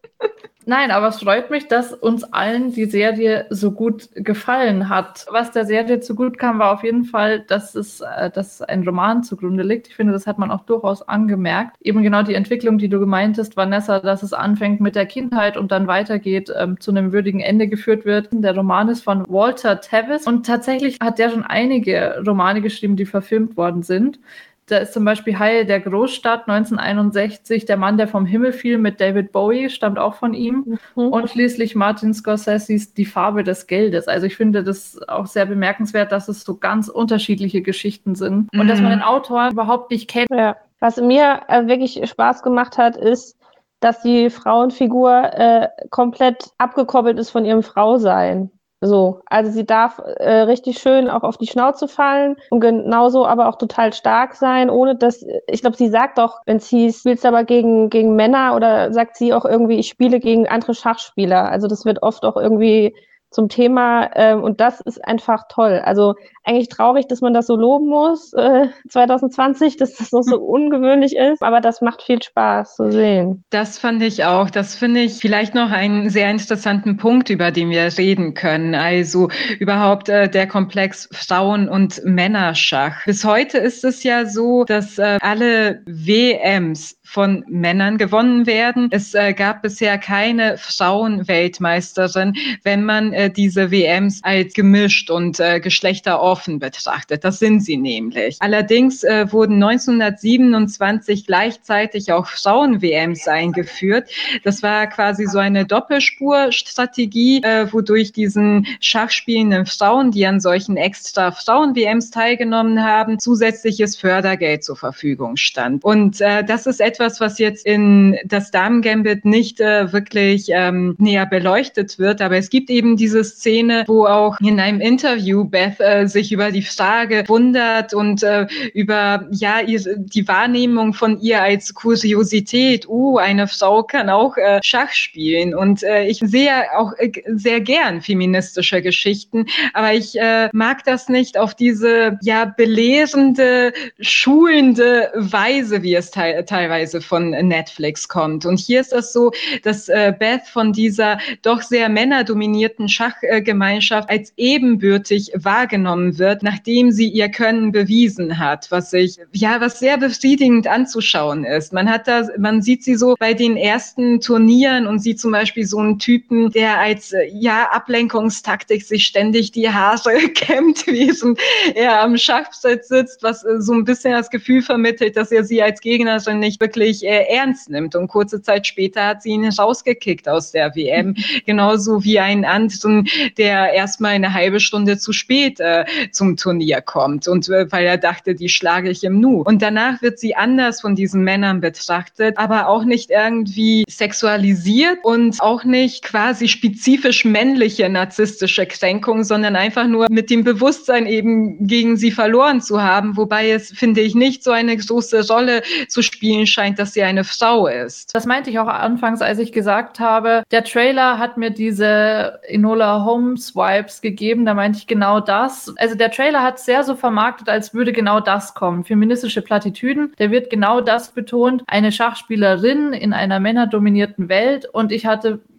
Nein, aber es freut mich, dass uns allen die Serie so gut gefallen hat. Was der Serie zu gut kam, war auf jeden Fall, dass es äh, dass ein Roman zugrunde liegt. Ich finde, das hat man auch durchaus angemerkt. Eben genau die Entwicklung, die du gemeintest, Vanessa, dass es anfängt mit der Kindheit und dann weitergeht, ähm, zu einem würdigen Ende geführt wird. Der Roman ist von Walter Tevis und tatsächlich hat der schon einige Romane geschrieben, die verfilmt worden sind. Da ist zum Beispiel Heil der Großstadt neunzehnhunderteinundsechzig, Der Mann, der vom Himmel fiel mit David Bowie, stammt auch von ihm. Mhm. Und schließlich Martin Scorseses Die Farbe des Geldes. Also ich finde das auch sehr bemerkenswert, dass es so ganz unterschiedliche Geschichten sind. Und Mhm. dass man den Autor überhaupt nicht kennt. Ja. Was mir äh, wirklich Spaß gemacht hat, ist, dass die Frauenfigur äh, komplett abgekoppelt ist von ihrem Frausein. So, also sie darf äh, richtig schön auch auf die Schnauze fallen und genauso aber auch total stark sein, ohne dass, ich glaube, sie sagt doch, wenn es hieß, spielst aber gegen, gegen Männer, oder sagt sie auch irgendwie, ich spiele gegen andere Schachspieler. Also das wird oft auch irgendwie zum Thema ähm, und das ist einfach toll. Also eigentlich traurig, dass man das so loben muss, äh, zwanzig zwanzig, dass das noch so ungewöhnlich ist, aber das macht viel Spaß zu sehen. Das fand ich auch. Das finde ich vielleicht noch einen sehr interessanten Punkt, über den wir reden können. Also überhaupt äh, der Komplex Frauen- und Männerschach. Bis heute ist es ja so, dass äh, alle W Ms von Männern gewonnen werden. Es äh, gab bisher keine Frauenweltmeisterin, wenn man äh, diese W Ms als gemischt und äh, geschlechteroffen betrachtet. Das sind sie nämlich. Allerdings äh, wurden neunzehnhundertsiebenundzwanzig gleichzeitig auch Frauen-W Ms eingeführt. Das war quasi so eine Doppelspurstrategie, äh, wodurch diesen schachspielenden Frauen, die an solchen extra Frauen-W Ms teilgenommen haben, zusätzliches Fördergeld zur Verfügung stand. Und äh, das ist etwas, was jetzt in das Damen-Gambit nicht äh, wirklich ähm, näher beleuchtet wird. Aber es gibt eben diese Szene, wo auch in einem Interview Beth äh, sich über die Frage wundert und äh, über ja ihr, die Wahrnehmung von ihr als Kuriosität. Uh, eine Frau kann auch äh, Schach spielen. Und äh, ich sehe auch äh, sehr gern feministische Geschichten, aber ich äh, mag das nicht auf diese ja belehrende, schulende Weise, wie es te- teilweise von Netflix kommt. Und hier ist es so, dass äh, Beth von dieser doch sehr männerdominierten Schachgemeinschaft als ebenbürtig wahrgenommen wird, nachdem sie ihr Können bewiesen hat, was ich ja was sehr befriedigend anzuschauen ist. Man hat da, man sieht sie so bei den ersten Turnieren und sieht zum Beispiel so einen Typen, der als ja Ablenkungstaktik sich ständig die Haare kämmt, während er am Schachbrett sitzt, was äh, so ein bisschen das Gefühl vermittelt, dass er sie als Gegnerin nicht wirklich äh, ernst nimmt. Und kurze Zeit später hat sie ihn rausgekickt aus der W M, genauso wie einen anderen, der erstmal eine halbe Stunde zu spät äh, zum Turnier kommt und äh, weil er dachte, die schlage ich im Nu. Und danach wird sie anders von diesen Männern betrachtet, aber auch nicht irgendwie sexualisiert und auch nicht quasi spezifisch männliche narzisstische Kränkung, sondern einfach nur mit dem Bewusstsein eben gegen sie verloren zu haben, wobei es, finde ich, nicht so eine große Rolle zu spielen scheint, dass sie eine Frau ist. Das meinte ich auch anfangs, als ich gesagt habe, der Trailer hat mir diese Enola Holmes Vibes gegeben, da meinte ich genau das. Also der Trailer hat es sehr so vermarktet, als würde genau das kommen. Feministische Plattitüden, der wird genau das betont, eine Schachspielerin in einer männerdominierten Welt, und ich hatte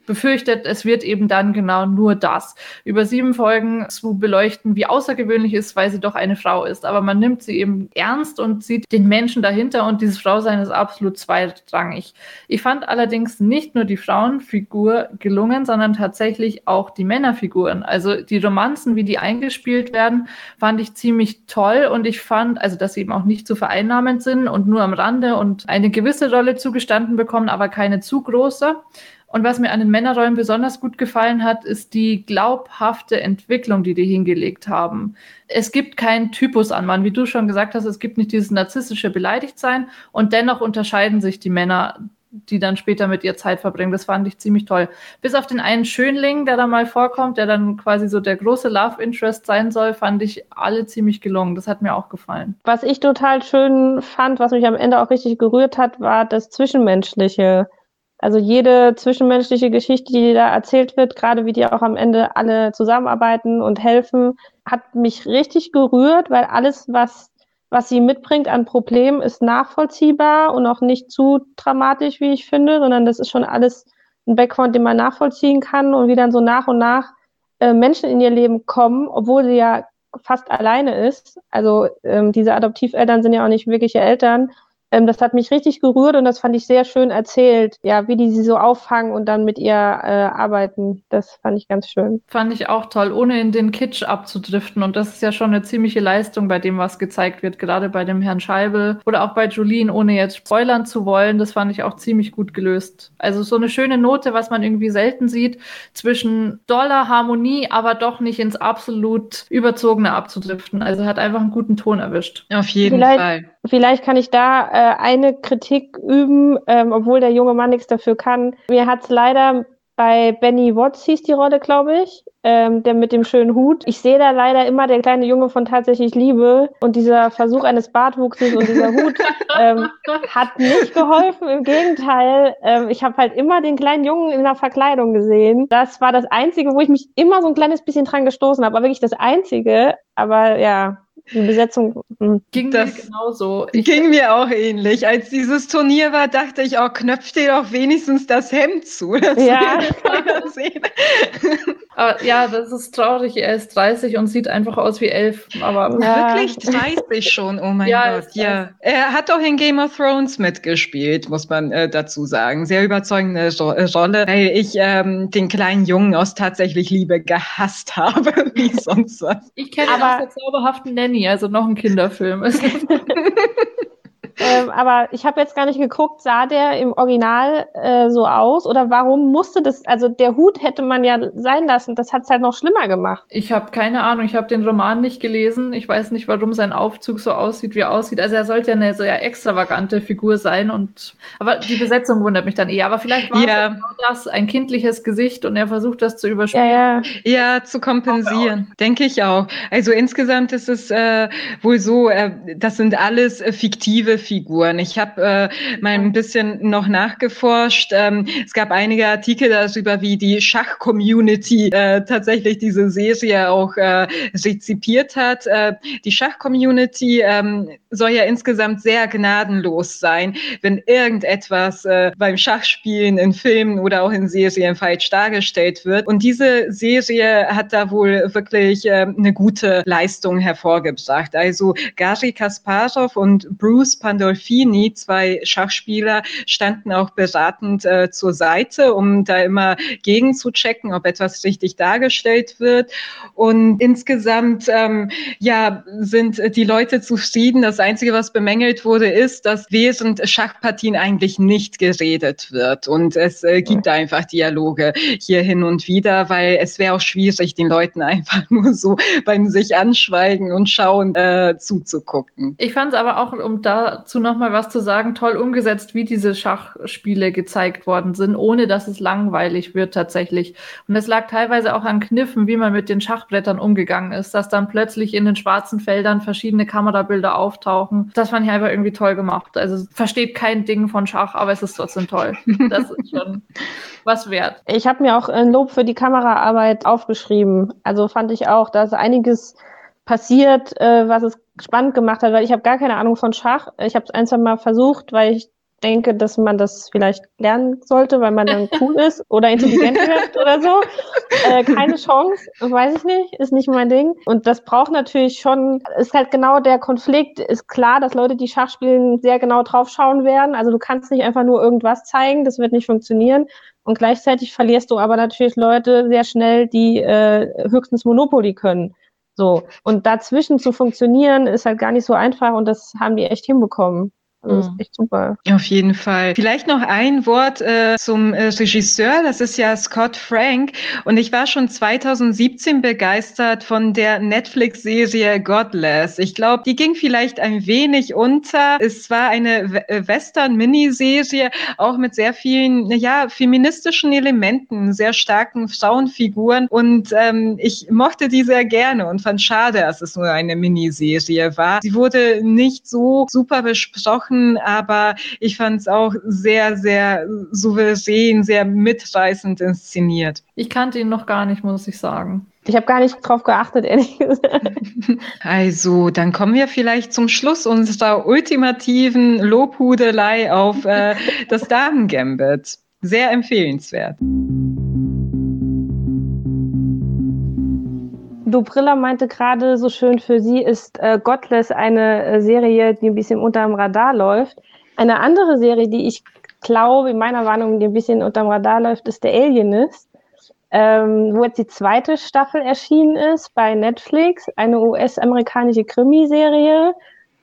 befürchtet, es wird eben dann genau nur das. Über sieben Folgen zu beleuchten, wie außergewöhnlich ist, weil sie doch eine Frau ist. Aber man nimmt sie eben ernst und sieht den Menschen dahinter und dieses Frausein ist absolut zweitrangig. Ich fand allerdings nicht nur die Frauenfigur gelungen, sondern tatsächlich auch die Männerfiguren. Also die Romanzen, wie die eingespielt werden, fand ich ziemlich toll und ich fand, also dass sie eben auch nicht zu vereinnahmend sind und nur am Rande und eine gewisse Rolle zugestanden bekommen, aber keine zu große. Und was mir an den Männerrollen besonders gut gefallen hat, ist die glaubhafte Entwicklung, die die hingelegt haben. Es gibt keinen Typus an Mann, wie du schon gesagt hast, es gibt nicht dieses narzisstische Beleidigtsein und dennoch unterscheiden sich die Männer, die dann später mit ihr Zeit verbringen. Das fand ich ziemlich toll. Bis auf den einen Schönling, der da mal vorkommt, der dann quasi so der große Love Interest sein soll, fand ich alle ziemlich gelungen. Das hat mir auch gefallen. Was ich total schön fand, was mich am Ende auch richtig gerührt hat, war das Zwischenmenschliche. Also jede zwischenmenschliche Geschichte, die da erzählt wird, gerade wie die auch am Ende alle zusammenarbeiten und helfen, hat mich richtig gerührt, weil alles, was, was sie mitbringt an Problemen, ist nachvollziehbar und auch nicht zu dramatisch, wie ich finde, sondern das ist schon alles ein Background, den man nachvollziehen kann und wie dann so nach und nach äh, Menschen in ihr Leben kommen, obwohl sie ja fast alleine ist. Also ähm, diese Adoptiveltern sind ja auch nicht wirkliche Eltern. Ähm, das hat mich richtig gerührt und das fand ich sehr schön erzählt, ja, wie die sie so auffangen und dann mit ihr äh, arbeiten. Das fand ich ganz schön. Fand ich auch toll, ohne in den Kitsch abzudriften. Und das ist ja schon eine ziemliche Leistung bei dem, was gezeigt wird, gerade bei dem Herrn Scheibel oder auch bei Jolene, ohne jetzt spoilern zu wollen. Das fand ich auch ziemlich gut gelöst. Also so eine schöne Note, was man irgendwie selten sieht, zwischen doller Harmonie, aber doch nicht ins absolut Überzogene abzudriften. Also hat einfach einen guten Ton erwischt. Auf jeden Vielleicht, Fall. Vielleicht kann ich da äh, eine Kritik üben, ähm, obwohl der junge Mann nichts dafür kann. Mir hat es leider bei Benny Watts hieß die Rolle, glaube ich, ähm, der mit dem schönen Hut. Ich sehe da leider immer der kleine Junge von Tatsächlich Liebe und dieser Versuch eines Bartwuchses und dieser Hut ähm, hat nicht geholfen. Im Gegenteil, ähm, ich habe halt immer den kleinen Jungen in der Verkleidung gesehen. Das war das Einzige, wo ich mich immer so ein kleines bisschen dran gestoßen habe, aber wirklich das Einzige. Aber ja, die Besetzung mh. Ging Das mir genauso. Ich, ging mir auch ähnlich. Als dieses Turnier war, dachte ich, oh, knöpft dir doch wenigstens das Hemd zu. Das Ja. sehen. aber ja, das ist traurig. Er ist dreißig und sieht einfach aus wie elf. Aber Ja. Wirklich dreißig schon, oh mein Ja, Gott. ist Ja. Er hat auch in Game of Thrones mitgespielt, muss man äh, dazu sagen. Sehr überzeugende jo- äh, Rolle, weil ich ähm, den kleinen Jungen aus Tatsächlich Liebe gehasst habe, wie sonst was. ich kenne ihn Aber- aus der zauberhaften Nanny, also noch ein Kinderfilm. Ähm, aber ich habe jetzt gar nicht geguckt, sah der im Original äh, so aus? Oder warum musste das, also der Hut hätte man ja sein lassen, das hat es halt noch schlimmer gemacht. Ich habe keine Ahnung, ich habe den Roman nicht gelesen. Ich weiß nicht, warum sein Aufzug so aussieht, wie er aussieht. Also er sollte ja eine so ja extravagante Figur sein. Und aber die Besetzung wundert mich dann eher. Aber vielleicht war Ja. es genau das, ein kindliches Gesicht und er versucht das zu überspielen. Ja, ja. Ja, zu kompensieren, denke ich auch. Also insgesamt ist es äh, wohl so, äh, das sind alles äh, fiktive Figuren. Ich habe äh, mal ein bisschen noch nachgeforscht. Ähm, es gab einige Artikel darüber, wie die Schach-Community äh, tatsächlich diese Serie auch äh, rezipiert hat. Äh, die Schach-Community ähm, soll ja insgesamt sehr gnadenlos sein, wenn irgendetwas äh, beim Schachspielen in Filmen oder auch in Serien falsch dargestellt wird. Und diese Serie hat da wohl wirklich äh, eine gute Leistung hervorgebracht. Also Garry Kasparov und Bruce Pandolfini, zwei Schachspieler, standen auch beratend äh, zur Seite, um da immer gegen zu checken, ob etwas richtig dargestellt wird. Und insgesamt ähm, ja, sind die Leute zufrieden. Das Einzige, was bemängelt wurde, ist, dass während Schachpartien eigentlich nicht geredet wird. Und es äh, gibt einfach Dialoge hier hin und wieder, weil es wäre auch schwierig, den Leuten einfach nur so beim sich anschweigen und schauen äh, zuzugucken. Ich fand es aber auch, um dazu nochmal was zu sagen, toll umgesetzt, wie diese Schachspiele gezeigt worden sind, ohne dass es langweilig wird tatsächlich. Und es lag teilweise auch an Kniffen, wie man mit den Schachbrettern umgegangen ist, dass dann plötzlich in den schwarzen Feldern verschiedene Kamerabilder auftauchen. Das fand ich einfach irgendwie toll gemacht. Also versteht kein Ding von Schach, aber es ist trotzdem toll. Das ist schon was wert. Ich habe mir auch ein Lob für die Kameraarbeit aufgeschrieben. Also fand ich auch, da ist einiges passiert, äh, was es spannend gemacht hat, weil ich habe gar keine Ahnung von Schach. Ich habe es ein, zwei Mal versucht, weil ich denke, dass man das vielleicht lernen sollte, weil man dann cool ist oder intelligent wird oder so. Äh, keine Chance, weiß ich nicht, ist nicht mein Ding. Und das braucht natürlich schon, ist halt genau der Konflikt, ist klar, dass Leute, die Schach spielen, sehr genau drauf schauen werden. Also du kannst nicht einfach nur irgendwas zeigen, das wird nicht funktionieren. Und gleichzeitig verlierst du aber natürlich Leute sehr schnell, die äh, höchstens Monopoly können. So. Und dazwischen zu funktionieren, ist halt gar nicht so einfach und das haben die echt hinbekommen. Also das ist echt super. Auf jeden Fall. Vielleicht noch ein Wort äh, zum äh, Regisseur, das ist ja Scott Frank. Und ich war schon zweitausendsiebzehn begeistert von der Netflix-Serie Godless. Ich glaube, die ging vielleicht ein wenig unter. Es war eine w- Western-Miniserie, auch mit sehr vielen, ja, feministischen Elementen, sehr starken Frauenfiguren. Und ähm, ich mochte die sehr gerne und fand schade, dass es nur eine Miniserie war. Sie wurde nicht so super besprochen, aber ich fand es auch sehr, sehr souverän, sehr mitreißend inszeniert. Ich kannte ihn noch gar nicht, muss ich sagen. Ich habe gar nicht drauf geachtet, ehrlich gesagt. Also, dann kommen wir vielleicht zum Schluss unserer ultimativen Lobhudelei auf äh, das Damen-Gambit. Sehr empfehlenswert. Dobrilla meinte gerade, so schön für sie ist äh, Godless eine äh, Serie, die ein bisschen unterm Radar läuft. Eine andere Serie, die ich glaube, in meiner Warnung, die ein bisschen unterm Radar läuft, ist der Alienist, ähm, wo jetzt die zweite Staffel erschienen ist bei Netflix, eine U S-amerikanische Krimiserie,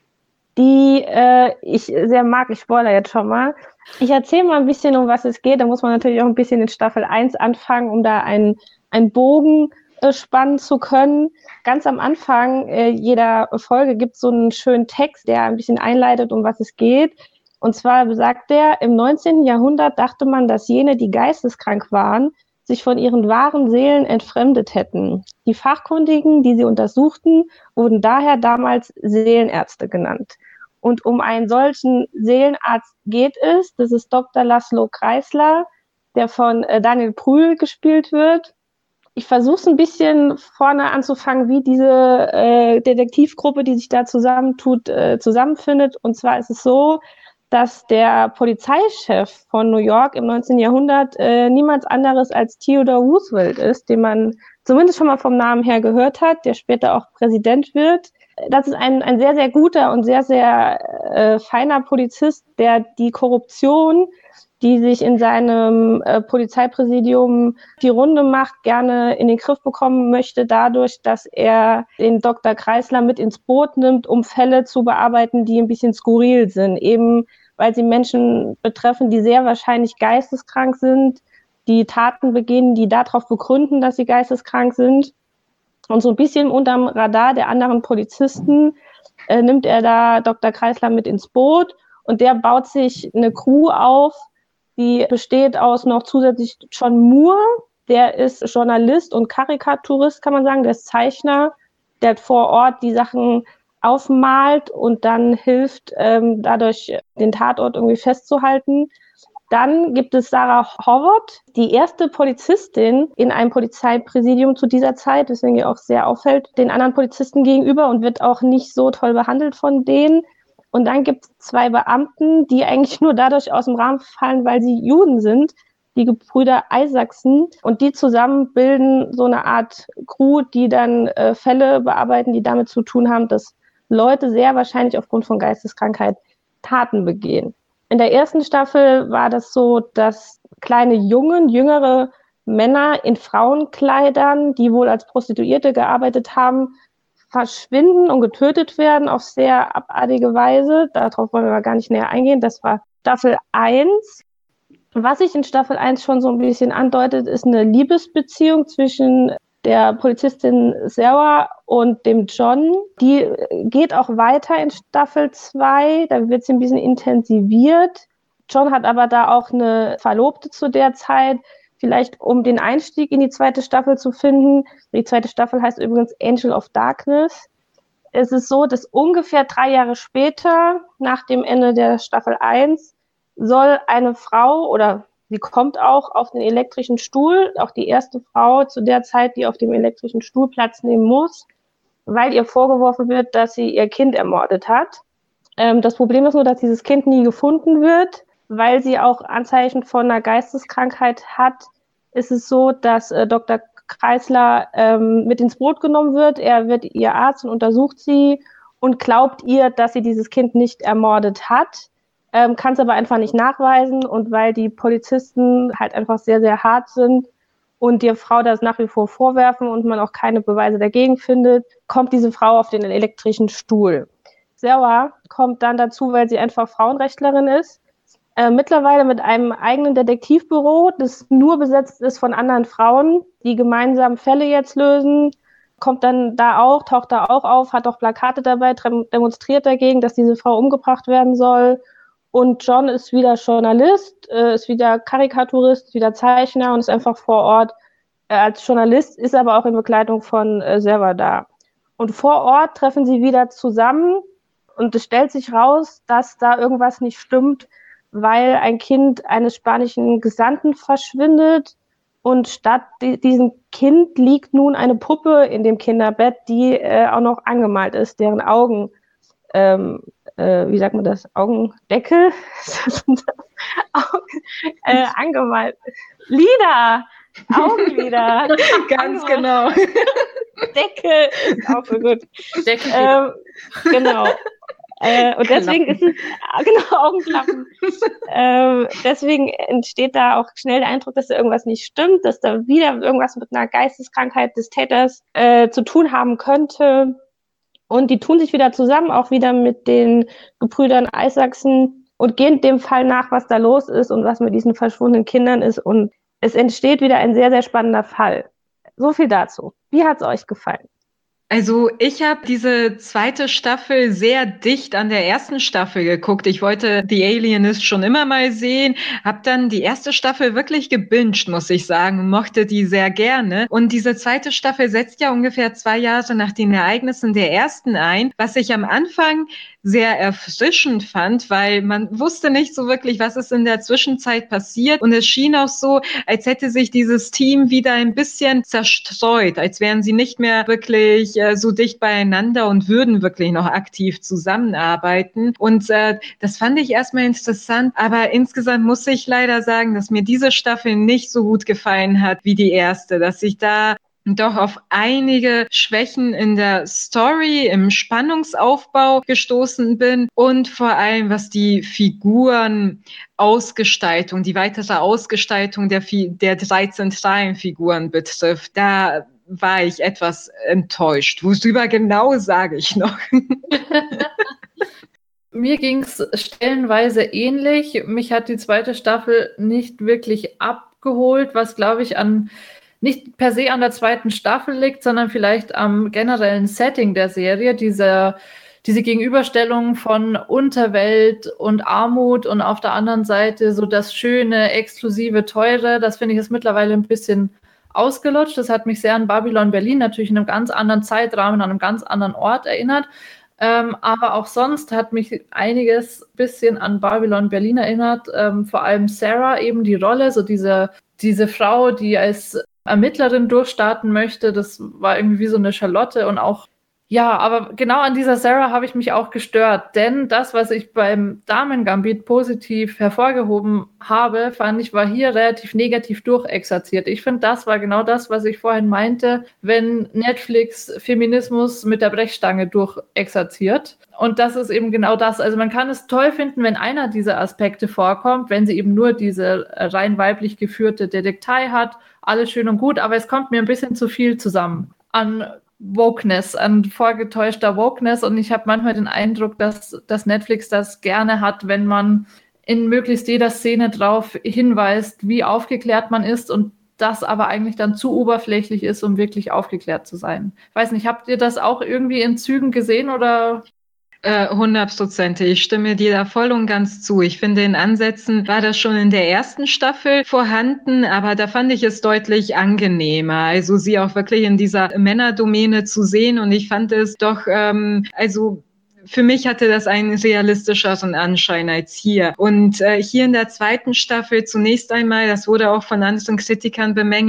die äh, ich sehr mag. Ich spoilere jetzt schon mal. Ich erzähle mal ein bisschen, um was es geht. Da muss man natürlich auch ein bisschen in Staffel eins anfangen, um da einen, einen Bogen spannen zu können. Ganz am Anfang äh, jeder Folge gibt es so einen schönen Text, der ein bisschen einleitet, um was es geht. Und zwar besagt der, im neunzehnten Jahrhundert dachte man, dass jene, die geisteskrank waren, sich von ihren wahren Seelen entfremdet hätten. Die Fachkundigen, die sie untersuchten, wurden daher damals Seelenärzte genannt. Und um einen solchen Seelenarzt geht es. Das ist Doktor Laszlo Kreisler, der von äh, Daniel Brühl gespielt wird. Ich versuche es ein bisschen vorne anzufangen, wie diese äh, Detektivgruppe, die sich da zusammentut, äh, zusammenfindet. Und zwar ist es so, dass der Polizeichef von New York im neunzehnten Jahrhundert äh, niemand anderes als Theodore Roosevelt ist, den man zumindest schon mal vom Namen her gehört hat, der später auch Präsident wird. Das ist ein, ein sehr, sehr guter und sehr, sehr äh, feiner Polizist, der die Korruption, die sich in seinem äh, Polizeipräsidium die Runde macht, gerne in den Griff bekommen möchte, dadurch, dass er den Doktor Kreisler mit ins Boot nimmt, um Fälle zu bearbeiten, die ein bisschen skurril sind, eben weil sie Menschen betreffen, die sehr wahrscheinlich geisteskrank sind, die Taten begehen, die darauf begründen, dass sie geisteskrank sind. Und so ein bisschen unterm Radar der anderen Polizisten äh, nimmt er da Doktor Kreisler mit ins Boot und der baut sich eine Crew auf, die besteht aus noch zusätzlich John Moore, der ist Journalist und Karikaturist, kann man sagen, der ist Zeichner, der vor Ort die Sachen aufmalt und dann hilft, ähm, dadurch den Tatort irgendwie festzuhalten. Dann gibt es Sarah Howard, die erste Polizistin in einem Polizeipräsidium zu dieser Zeit, weswegen ihr auch sehr auffällt, den anderen Polizisten gegenüber und wird auch nicht so toll behandelt von denen. Und dann gibt es zwei Beamten, die eigentlich nur dadurch aus dem Rahmen fallen, weil sie Juden sind, die Gebrüder Isaacson. Und die zusammen bilden so eine Art Crew, die dann äh, Fälle bearbeiten, die damit zu tun haben, dass Leute sehr wahrscheinlich aufgrund von Geisteskrankheit Taten begehen. In der ersten Staffel war das so, dass kleine Jungen, jüngere Männer in Frauenkleidern, die wohl als Prostituierte gearbeitet haben, verschwinden und getötet werden auf sehr abartige Weise. Darauf wollen wir aber gar nicht näher eingehen. Das war Staffel eins. Was sich in Staffel eins schon so ein bisschen andeutet, ist eine Liebesbeziehung zwischen der Polizistin Sarah und dem John. Die geht auch weiter in Staffel zwei. Da wird sie ein bisschen intensiviert. John hat aber da auch eine Verlobte zu der Zeit. Vielleicht um den Einstieg in die zweite Staffel zu finden. Die zweite Staffel heißt übrigens Angel of Darkness. Es ist so, dass ungefähr drei Jahre später, nach dem Ende der Staffel eins, soll eine Frau, oder sie kommt auch auf den elektrischen Stuhl, auch die erste Frau zu der Zeit, die auf dem elektrischen Stuhl Platz nehmen muss, weil ihr vorgeworfen wird, dass sie ihr Kind ermordet hat. Ähm, das Problem ist nur, dass dieses Kind nie gefunden wird. weil sie auch Anzeichen von einer Geisteskrankheit hat, ist es so, dass äh, Doktor Kreisler ähm, mit ins Boot genommen wird. Er wird ihr Arzt und untersucht sie und glaubt ihr, dass sie dieses Kind nicht ermordet hat, ähm, kann es aber einfach nicht nachweisen. Und weil die Polizisten halt einfach sehr, sehr hart sind und der Frau das nach wie vor vorwerfen und man auch keine Beweise dagegen findet, kommt diese Frau auf den elektrischen Stuhl. Serra kommt dann dazu, weil sie einfach Frauenrechtlerin ist, äh, mittlerweile mit einem eigenen Detektivbüro, das nur besetzt ist von anderen Frauen, die gemeinsam Fälle jetzt lösen, kommt dann da auch, taucht da auch auf, hat auch Plakate dabei, demonstriert dagegen, dass diese Frau umgebracht werden soll. Und John ist wieder Journalist, äh, ist wieder Karikaturist, ist wieder Zeichner und ist einfach vor Ort äh, als Journalist, ist aber auch in Begleitung von äh, Serra da. Und vor Ort treffen sie wieder zusammen und es stellt sich raus, dass da irgendwas nicht stimmt, weil ein Kind eines spanischen Gesandten verschwindet und statt di- diesem Kind liegt nun eine Puppe in dem Kinderbett, die äh, auch noch angemalt ist, deren Augen, ähm, äh, wie sagt man das, Augendeckel, Augen, äh, angemalt, Lider, Augenlider, Ganz angemalt. genau. Deckel ist auch so gut. Deckel Ähm, genau. Äh, und deswegen ist es, äh, genau, Augenklappen. ähm, deswegen entsteht da auch schnell der Eindruck, dass da irgendwas nicht stimmt, dass da wieder irgendwas mit einer Geisteskrankheit des Täters äh, zu tun haben könnte. Und die tun sich wieder zusammen, auch wieder mit den Gebrüdern Isaacson und gehen dem Fall nach, was da los ist und was mit diesen verschwundenen Kindern ist. Und es entsteht wieder ein sehr, sehr spannender Fall. So viel dazu. Wie hat es euch gefallen? Also ich habe diese zweite Staffel sehr dicht an der ersten Staffel geguckt. Ich wollte The Alienist schon immer mal sehen, habe dann die erste Staffel wirklich gebinged, muss ich sagen, mochte die sehr gerne. Und diese zweite Staffel setzt ja ungefähr zwei Jahre nach den Ereignissen der ersten ein, was ich am Anfang sehr erfrischend fand, weil man wusste nicht so wirklich, was ist in der Zwischenzeit passiert. Und es schien auch so, als hätte sich dieses Team wieder ein bisschen zerstreut, als wären sie nicht mehr wirklich äh, so dicht beieinander und würden wirklich noch aktiv zusammenarbeiten. Und äh, das fand ich erstmal interessant. Aber insgesamt muss ich leider sagen, dass mir diese Staffel nicht so gut gefallen hat wie die erste, dass ich da doch auf einige Schwächen in der Story, im Spannungsaufbau gestoßen bin und vor allem, was die Figurenausgestaltung, die weitere Ausgestaltung der, der drei zentralen Figuren betrifft. Da war ich etwas enttäuscht. Worüber genau sage ich noch? Mir ging es stellenweise ähnlich. Mich hat die zweite Staffel nicht wirklich abgeholt, was, glaube ich, an nicht per se an der zweiten Staffel liegt, sondern vielleicht am generellen Setting der Serie, diese, diese Gegenüberstellung von Unterwelt und Armut und auf der anderen Seite so das schöne, exklusive, teure, das finde ich ist mittlerweile ein bisschen ausgelutscht. Das hat mich sehr an Babylon Berlin, natürlich in einem ganz anderen Zeitrahmen, an einem ganz anderen Ort erinnert. Ähm, aber auch sonst hat mich einiges ein bisschen an Babylon Berlin erinnert, ähm, vor allem Sarah, eben die Rolle, so diese, diese Frau, die als Ermittlerin durchstarten möchte, das war irgendwie wie so eine Charlotte und auch, ja, aber genau an dieser Sarah habe ich mich auch gestört, denn das, was ich beim Damen-Gambit positiv hervorgehoben habe, fand ich, war hier relativ negativ durchexerziert. Ich finde, das war genau das, was ich vorhin meinte, wenn Netflix Feminismus mit der Brechstange durchexerziert. Und das ist eben genau das. Also man kann es toll finden, wenn einer dieser Aspekte vorkommt, wenn sie eben nur diese rein weiblich geführte Detektei hat, alles schön und gut, aber es kommt mir ein bisschen zu viel zusammen an Wokeness, an vorgetäuschter Wokeness und ich habe manchmal den Eindruck, dass, dass Netflix das gerne hat, wenn man in möglichst jeder Szene drauf hinweist, wie aufgeklärt man ist und das aber eigentlich dann zu oberflächlich ist, um wirklich aufgeklärt zu sein. Ich weiß nicht, habt ihr das auch irgendwie in Zügen gesehen oder? Hundertprozentig. Ich stimme dir da voll und ganz zu. Ich finde, in Ansätzen war das schon in der ersten Staffel vorhanden, aber da fand ich es deutlich angenehmer. Also sie auch wirklich in dieser Männerdomäne zu sehen und ich fand es doch, ähm, also für mich hatte das einen realistischeren Anschein als hier. Und äh, hier in der zweiten Staffel zunächst einmal, das wurde auch von anderen Kritikern bemängelt,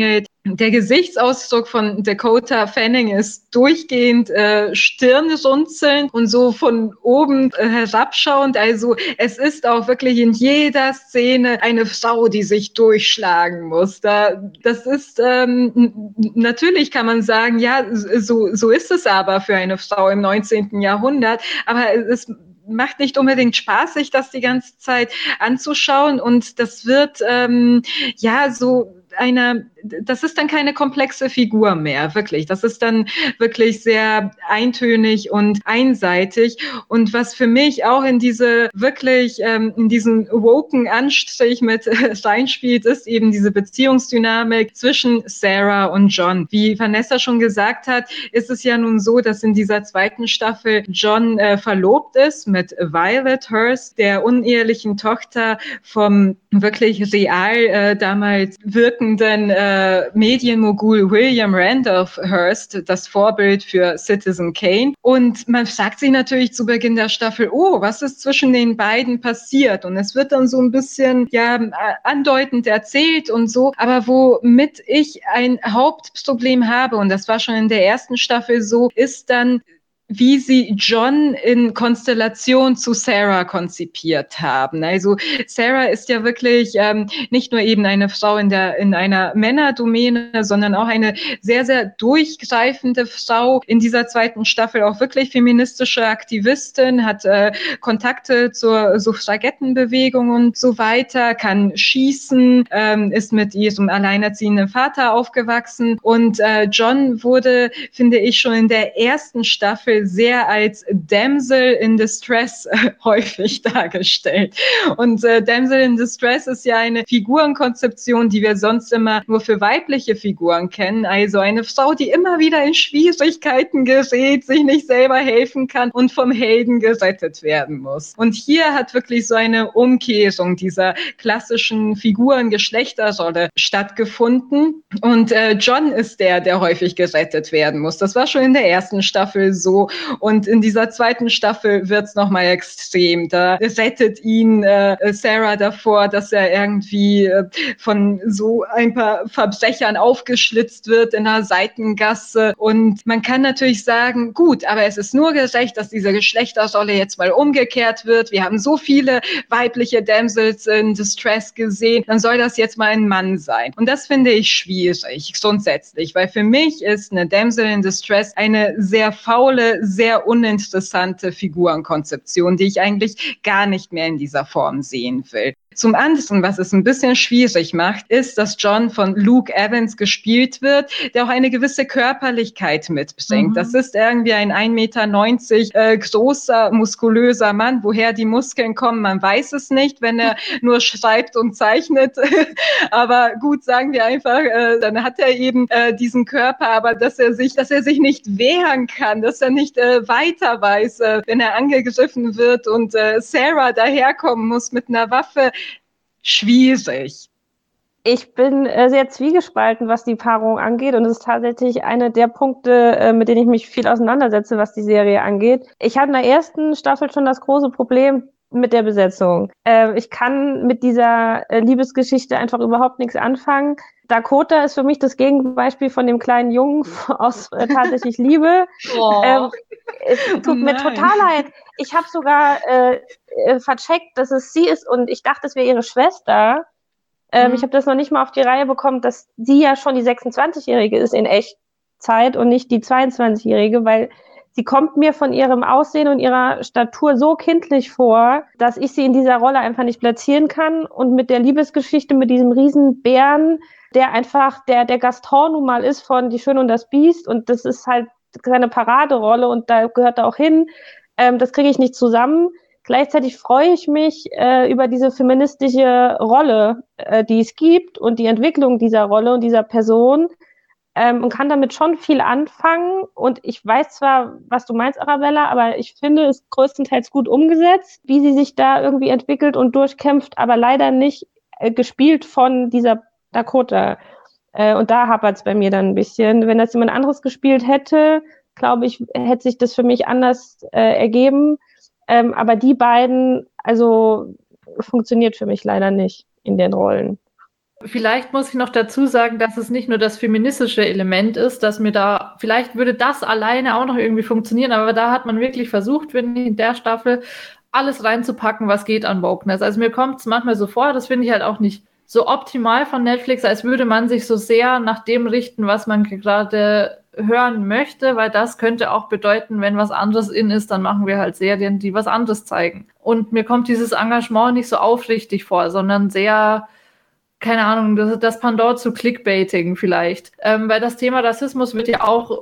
der Gesichtsausdruck von Dakota Fanning ist durchgehend äh, stirnrunzelnd und so von oben äh, herabschauend. Also es ist auch wirklich in jeder Szene eine Frau, die sich durchschlagen muss. Da, das ist ähm, natürlich kann man sagen, ja, so, so ist es aber für eine Frau im neunzehnten Jahrhundert. Aber es macht nicht unbedingt Spaß, sich das die ganze Zeit anzuschauen. Und das wird ähm, ja so eine, das ist dann keine komplexe Figur mehr, wirklich. Das ist dann wirklich sehr eintönig und einseitig. Und was für mich auch in diese wirklich, ähm, in diesen woken Anstrich mit äh, reinspielt, ist eben diese Beziehungsdynamik zwischen Sarah und John. Wie Vanessa schon gesagt hat, ist es ja nun so, dass in dieser zweiten Staffel John äh, verlobt ist mit Violet Hearst, der unehelichen Tochter vom wirklich real äh, damals wirkenden äh, Medienmogul William Randolph Hearst, das Vorbild für Citizen Kane. Und man fragt sich natürlich zu Beginn der Staffel, oh, was ist zwischen den beiden passiert? Und es wird dann so ein bisschen ja andeutend erzählt und so. Aber womit ich ein Hauptproblem habe, und das war schon in der ersten Staffel so, ist dann, wie sie John in Konstellation zu Sarah konzipiert haben. Also Sarah ist ja wirklich ähm, nicht nur eben eine Frau in der in einer Männerdomäne, sondern auch eine sehr, sehr durchgreifende Frau. In dieser zweiten Staffel auch wirklich feministische Aktivistin, hat äh, Kontakte zur Suffragettenbewegung und so weiter, kann schießen, ähm, ist mit ihrem alleinerziehenden Vater aufgewachsen. Und äh, John wurde, finde ich, schon in der ersten Staffel sehr als Damsel in Distress äh, häufig dargestellt. Und äh, Damsel in Distress ist ja eine Figurenkonzeption, die wir sonst immer nur für weibliche Figuren kennen. Also eine Frau, die immer wieder in Schwierigkeiten gerät, sich nicht selber helfen kann und vom Helden gerettet werden muss. Und hier hat wirklich so eine Umkehrung dieser klassischen Figuren-Geschlechterrolle stattgefunden. Und äh, John ist der, der häufig gerettet werden muss. Das war schon in der ersten Staffel so. Und in dieser zweiten Staffel wird's noch mal extrem. Da rettet ihn äh, Sarah davor, dass er irgendwie äh, von so ein paar Verbrechern aufgeschlitzt wird in einer Seitengasse. Und man kann natürlich sagen, gut, aber es ist nur gerecht, dass diese Geschlechterrolle jetzt mal umgekehrt wird. Wir haben so viele weibliche Damsels in Distress gesehen, dann soll das jetzt mal ein Mann sein. Und das finde ich schwierig, grundsätzlich, weil für mich ist eine Damsel in Distress eine sehr faule, sehr uninteressante Figurenkonzeption, die ich eigentlich gar nicht mehr in dieser Form sehen will. Zum anderen, was es ein bisschen schwierig macht, ist, dass John von Luke Evans gespielt wird, der auch eine gewisse Körperlichkeit mitbringt. Mhm. Das ist irgendwie ein ein Meter neunzig äh, großer, muskulöser Mann. Woher die Muskeln kommen, man weiß es nicht, wenn er nur schreibt und zeichnet. Aber gut, sagen wir einfach, äh, dann hat er eben äh, diesen Körper, aber dass er sich, dass er sich nicht wehren kann, dass er nicht äh, weiter weiß, äh, wenn er angegriffen wird und äh, Sarah daherkommen muss mit einer Waffe. Schwierig. Ich bin äh, sehr zwiegespalten, was die Paarung angeht, und es ist tatsächlich einer der Punkte, äh, mit denen ich mich viel auseinandersetze, was die Serie angeht. Ich hatte in der ersten Staffel schon das große Problem mit der Besetzung. Äh, ich kann mit dieser äh, Liebesgeschichte einfach überhaupt nichts anfangen. Dakota ist für mich das Gegenbeispiel von dem kleinen Jungen aus äh, Tatsächlich Liebe. Oh. Ähm, es tut oh mir total leid. Ich habe sogar äh, äh, vercheckt, dass es sie ist, und ich dachte, es wäre ihre Schwester. Ähm, mhm. Ich habe das noch nicht mal auf die Reihe bekommen, dass sie ja schon die sechsundzwanzigjährige ist in Echtzeit und nicht die zweiundzwanzigjährige, weil sie kommt mir von ihrem Aussehen und ihrer Statur so kindlich vor, dass ich sie in dieser Rolle einfach nicht platzieren kann. Und mit der Liebesgeschichte, mit diesem riesen Bären, der einfach der, der Gaston nun mal ist von Die Schöne und das Biest, und das ist halt seine Paraderolle und da gehört er auch hin, ähm, das kriege ich nicht zusammen. Gleichzeitig freue ich mich äh, über diese feministische Rolle, äh, die es gibt, und die Entwicklung dieser Rolle und dieser Person, ähm, und kann damit schon viel anfangen. Und ich weiß zwar, was du meinst, Arabella, aber ich finde es größtenteils gut umgesetzt, wie sie sich da irgendwie entwickelt und durchkämpft, aber leider nicht äh, gespielt von dieser Dakota. Äh, und da hapert es bei mir dann ein bisschen. Wenn das jemand anderes gespielt hätte, glaube ich, hätte sich das für mich anders äh, ergeben. Ähm, aber die beiden, also funktioniert für mich leider nicht in den Rollen. Vielleicht muss ich noch dazu sagen, dass es nicht nur das feministische Element ist, dass mir da, vielleicht würde das alleine auch noch irgendwie funktionieren, aber da hat man wirklich versucht, finde ich, in der Staffel alles reinzupacken, was geht an Wokeness. Also mir kommt es manchmal so vor, das finde ich halt auch nicht so optimal von Netflix, als würde man sich so sehr nach dem richten, was man gerade hören möchte, weil das könnte auch bedeuten, wenn was anderes in ist, dann machen wir halt Serien, die was anderes zeigen. Und mir kommt dieses Engagement nicht so aufrichtig vor, sondern sehr, keine Ahnung, das, das Pendant zu Clickbaiting vielleicht. Ähm, weil das Thema Rassismus wird ja auch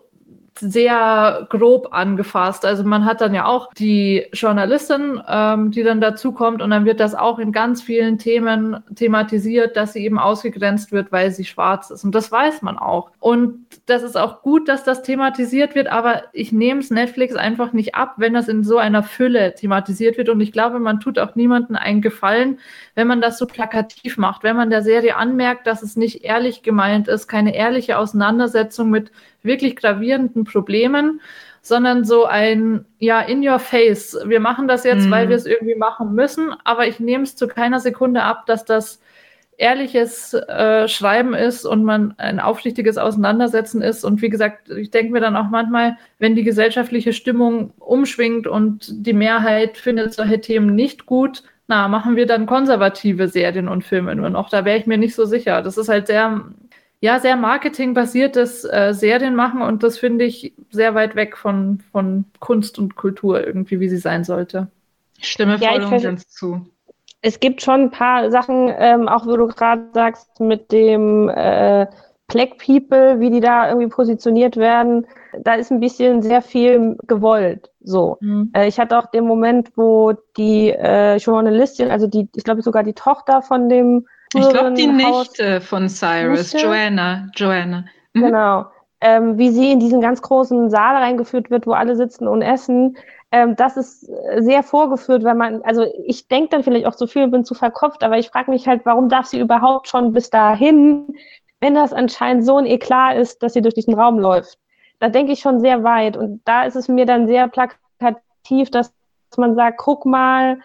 sehr grob angefasst. Also man hat dann ja auch die Journalistin, ähm, die dann dazu kommt und dann wird das auch in ganz vielen Themen thematisiert, dass sie eben ausgegrenzt wird, weil sie schwarz ist. Und das weiß man auch. Und das ist auch gut, dass das thematisiert wird, aber ich nehme es Netflix einfach nicht ab, wenn das in so einer Fülle thematisiert wird. Und ich glaube, man tut auch niemandem einen Gefallen, wenn man das so plakativ macht, wenn man der Serie anmerkt, dass es nicht ehrlich gemeint ist, keine ehrliche Auseinandersetzung mit wirklich gravierenden Problemen, sondern so ein, ja, in your face. Wir machen das jetzt, mhm. weil wir es irgendwie machen müssen, aber ich nehme es zu keiner Sekunde ab, dass das ehrliches äh, Schreiben ist und man ein aufrichtiges Auseinandersetzen ist. Und wie gesagt, ich denke mir dann auch manchmal, wenn die gesellschaftliche Stimmung umschwingt und die Mehrheit findet solche Themen nicht gut, na, machen wir dann konservative Serien und Filme nur noch. Da wäre ich mir nicht so sicher. Das ist halt sehr... ja, sehr marketingbasiertes äh, Serien machen und das finde ich sehr weit weg von, von Kunst und Kultur irgendwie, wie sie sein sollte. Ich stimme voll ja, und ganz zu. Es gibt schon ein paar Sachen, ähm, auch wo du gerade sagst, mit dem äh, Black People, wie die da irgendwie positioniert werden, da ist ein bisschen sehr viel gewollt. So. Mhm. Äh, ich hatte auch den Moment, wo die äh, Journalistin, also die, ich glaube sogar die Tochter von dem Ich glaube, die Nichte von Cyrus, Nichte? Joanna. Joanna. Mhm. Genau. Ähm, wie sie in diesen ganz großen Saal reingeführt wird, wo alle sitzen und essen. Ähm, das ist sehr vorgeführt, weil man, also ich denke dann vielleicht auch zu viel und bin zu verkopft, aber ich frage mich halt, warum darf sie überhaupt schon bis dahin, wenn das anscheinend so ein Eklat ist, dass sie durch diesen Raum läuft. Da denke ich schon sehr weit. Und da ist es mir dann sehr plakativ, dass man sagt, guck mal,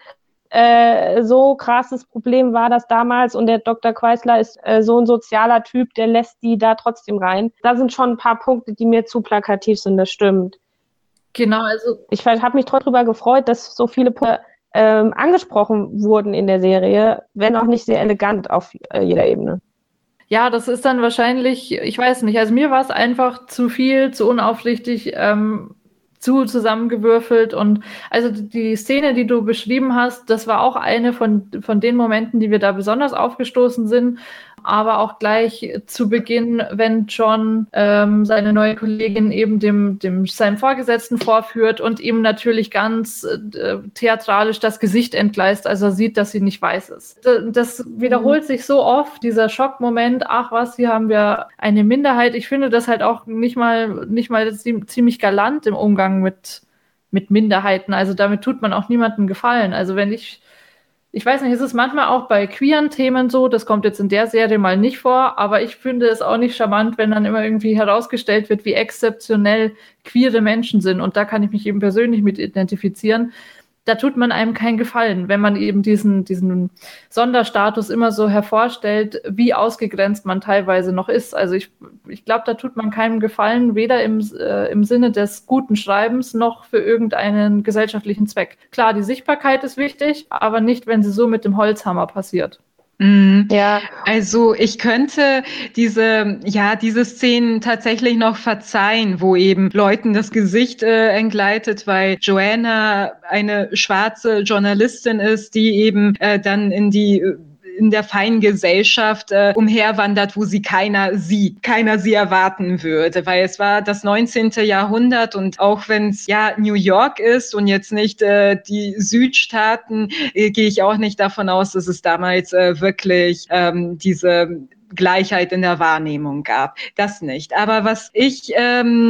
Äh, so krasses Problem war das damals und der Doktor Queisler ist äh, so ein sozialer Typ, der lässt die da trotzdem rein. Da sind schon ein paar Punkte, die mir zu plakativ sind, das stimmt. Genau, also ich habe mich darüber gefreut, dass so viele Punkte ähm, angesprochen wurden in der Serie, wenn auch nicht sehr elegant auf äh, jeder Ebene. Ja, das ist dann wahrscheinlich, ich weiß nicht, also mir war es einfach zu viel, zu unaufrichtig, ähm, zu zusammengewürfelt und also die Szene, die du beschrieben hast, das war auch eine von, von den Momenten, die wir da besonders aufgestoßen sind, aber auch gleich zu Beginn, wenn John ähm, seine neue Kollegin eben dem, dem seinem Vorgesetzten vorführt und ihm natürlich ganz äh, theatralisch das Gesicht entgleist, also er sieht, dass sie nicht weiß ist. Das, das wiederholt mhm. sich so oft, dieser Schockmoment, ach was, hier haben wir eine Minderheit. Ich finde das halt auch nicht mal, nicht mal ziemlich galant im Umgang mit, mit Minderheiten. Also damit tut man auch niemandem Gefallen. Also wenn ich Ich weiß nicht, es ist manchmal auch bei queeren Themen so, das kommt jetzt in der Serie mal nicht vor, aber ich finde es auch nicht charmant, wenn dann immer irgendwie herausgestellt wird, wie exzeptionell queere Menschen sind. Und da kann ich mich eben persönlich mit identifizieren. Da tut man einem keinen Gefallen, wenn man eben diesen, diesen Sonderstatus immer so hervorstellt, wie ausgegrenzt man teilweise noch ist. Also ich, ich glaube, da tut man keinem Gefallen, weder im, äh, im Sinne des guten Schreibens noch für irgendeinen gesellschaftlichen Zweck. Klar, die Sichtbarkeit ist wichtig, aber nicht, wenn sie so mit dem Holzhammer passiert. Mhm. Ja, also ich könnte diese, ja, diese Szenen tatsächlich noch verzeihen, wo eben Leuten das Gesicht äh, entgleitet, weil Joanna eine schwarze Journalistin ist, die eben äh, dann in die äh, in der feinen Gesellschaft äh, umherwandert, wo sie keiner sieht, keiner sie erwarten würde, weil es war das neunzehnte Jahrhundert und auch wenn es ja New York ist und jetzt nicht äh, die Südstaaten, äh, gehe ich auch nicht davon aus, dass es damals äh, wirklich ähm, diese Gleichheit in der Wahrnehmung gab. Das nicht. Aber was ich ähm,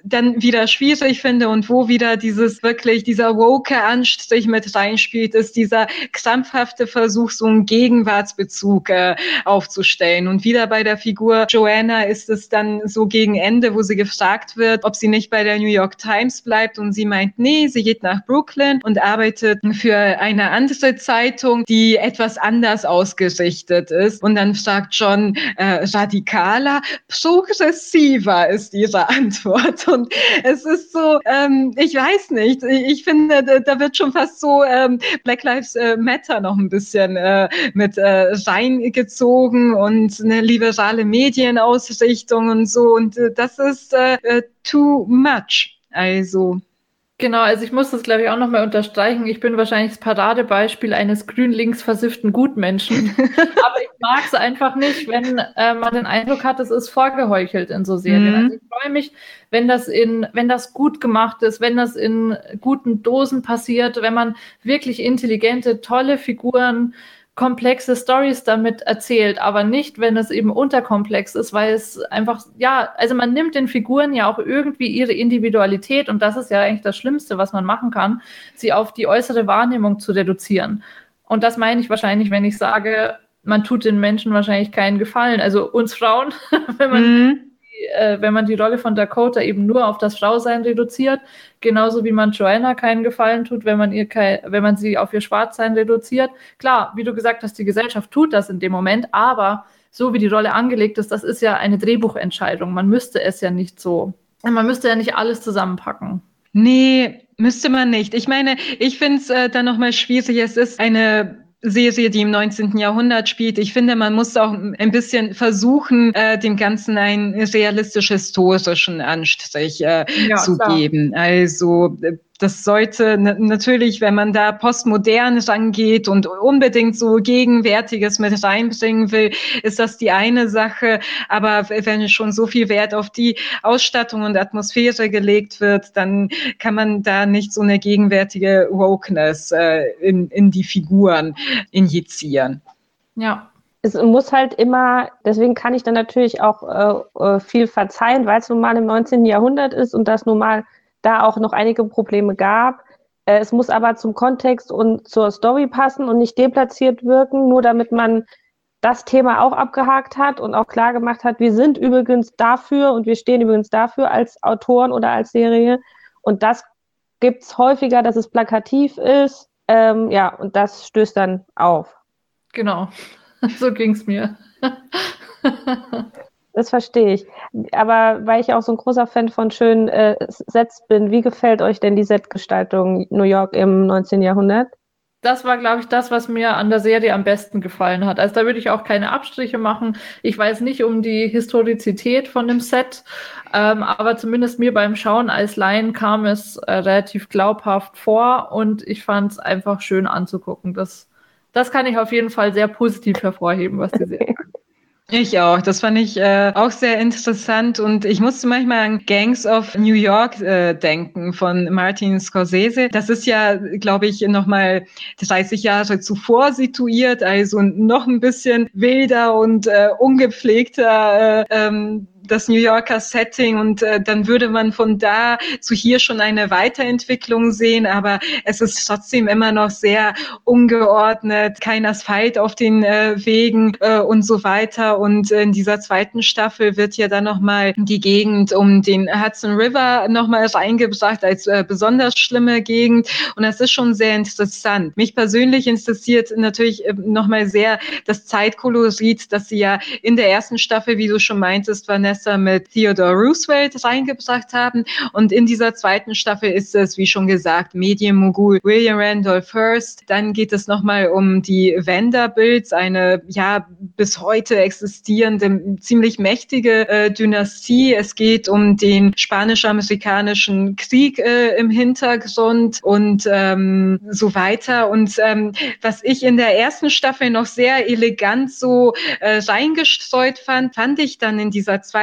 dann wieder schwierig finde und wo wieder dieses wirklich, dieser woke Anstrich mit reinspielt, ist dieser krampfhafte Versuch, so einen Gegenwartsbezug äh, aufzustellen. Und wieder bei der Figur Joanna ist es dann so gegen Ende, wo sie gefragt wird, ob sie nicht bei der New York Times bleibt und sie meint, nee, sie geht nach Brooklyn und arbeitet für eine andere Zeitung, die etwas anders ausgerichtet ist. Und dann fragt John, äh, radikaler, progressiver ist ihre Antwort. Und es ist so, ähm, ich weiß nicht, ich finde, da wird schon fast so ähm, Black Lives Matter noch ein bisschen äh, mit äh, reingezogen und eine liberale Medienausrichtung und so. Und äh, das ist äh, too much. Also Genau, also ich muss das, glaube ich, auch nochmal unterstreichen. Ich bin wahrscheinlich das Paradebeispiel eines grün-links versifften Gutmenschen. Aber ich mag es einfach nicht, wenn äh, man den Eindruck hat, es ist vorgeheuchelt in so Serien. Mhm. Also ich freue mich, wenn das in, wenn das gut gemacht ist, wenn das in guten Dosen passiert, wenn man wirklich intelligente, tolle Figuren, komplexe Stories damit erzählt, aber nicht, wenn es eben unterkomplex ist, weil es einfach, ja, also man nimmt den Figuren ja auch irgendwie ihre Individualität und das ist ja eigentlich das Schlimmste, was man machen kann, sie auf die äußere Wahrnehmung zu reduzieren. Und das meine ich wahrscheinlich, wenn ich sage, man tut den Menschen wahrscheinlich keinen Gefallen, also uns Frauen, wenn man mhm. Äh, wenn man die Rolle von Dakota eben nur auf das Frausein reduziert, genauso wie man Joanna keinen Gefallen tut, wenn man ihr kein, wenn man sie auf ihr Schwarzsein reduziert. Klar, wie du gesagt hast, die Gesellschaft tut das in dem Moment, aber so wie die Rolle angelegt ist, das ist ja eine Drehbuchentscheidung. Man müsste es ja nicht so, man müsste ja nicht alles zusammenpacken. Nee, müsste man nicht. Ich meine, ich finde es äh, dann nochmal schwierig. Es ist eine Serie, die im neunzehnten Jahrhundert spielt. Ich finde, man muss auch ein bisschen versuchen, äh, dem Ganzen einen realistisch-historischen Anstrich äh, ja, zu klar. geben. Also das sollte n- natürlich, wenn man da postmodern rangeht und unbedingt so Gegenwärtiges mit reinbringen will, ist das die eine Sache. Aber wenn schon so viel Wert auf die Ausstattung und Atmosphäre gelegt wird, dann kann man da nicht so eine gegenwärtige Wokeness äh, in, in die Figuren injizieren. Ja. Es muss halt immer, deswegen kann ich dann natürlich auch äh, viel verzeihen, weil es nun mal im neunzehnten Jahrhundert ist und das nun mal da auch noch einige Probleme gab. Äh, es muss aber zum Kontext und zur Story passen und nicht deplatziert wirken, nur damit man das Thema auch abgehakt hat und auch klar gemacht hat, wir sind übrigens dafür und wir stehen übrigens dafür als Autoren oder als Serie. Und das gibt es häufiger, dass es plakativ ist. Ähm, ja, und das stößt dann auf. Genau, so ging es mir. Das verstehe ich. Aber weil ich auch so ein großer Fan von schönen äh, Sets bin, wie gefällt euch denn die Setgestaltung New York im neunzehnten Jahrhundert? Das war, glaube ich, das, was mir an der Serie am besten gefallen hat. Also da würde ich auch keine Abstriche machen. Ich weiß nicht um die Historizität von dem Set, ähm, aber zumindest mir beim Schauen als Laien kam es äh, relativ glaubhaft vor und ich fand es einfach schön anzugucken. Das, das kann ich auf jeden Fall sehr positiv hervorheben, was die Serie angeht. Ich auch. Das fand ich äh, auch sehr interessant und ich musste manchmal an Gangs of New York äh, denken von Martin Scorsese. Das ist ja, glaube ich, nochmal dreißig Jahre zuvor situiert, also noch ein bisschen wilder und äh, ungepflegter äh, ähm, das New Yorker Setting und äh, dann würde man von da zu hier schon eine Weiterentwicklung sehen, aber es ist trotzdem immer noch sehr ungeordnet, kein Asphalt auf den äh, Wegen äh, und so weiter und in dieser zweiten Staffel wird ja dann nochmal die Gegend um den Hudson River nochmal reingebracht als äh, besonders schlimme Gegend und das ist schon sehr interessant. Mich persönlich interessiert natürlich äh, nochmal sehr das Zeitkolorit, dass sie ja in der ersten Staffel, wie du schon meintest, Vanessa, mit Theodore Roosevelt reingebracht haben. Und in dieser zweiten Staffel ist es, wie schon gesagt, Medienmogul William Randolph Hearst. Dann geht es nochmal um die Vanderbilts, eine ja bis heute existierende, ziemlich mächtige äh, Dynastie. Es geht um den spanisch-amerikanischen Krieg äh, im Hintergrund und ähm, so weiter. Und ähm, was ich in der ersten Staffel noch sehr elegant so äh, reingestreut fand, fand ich dann in dieser zweiten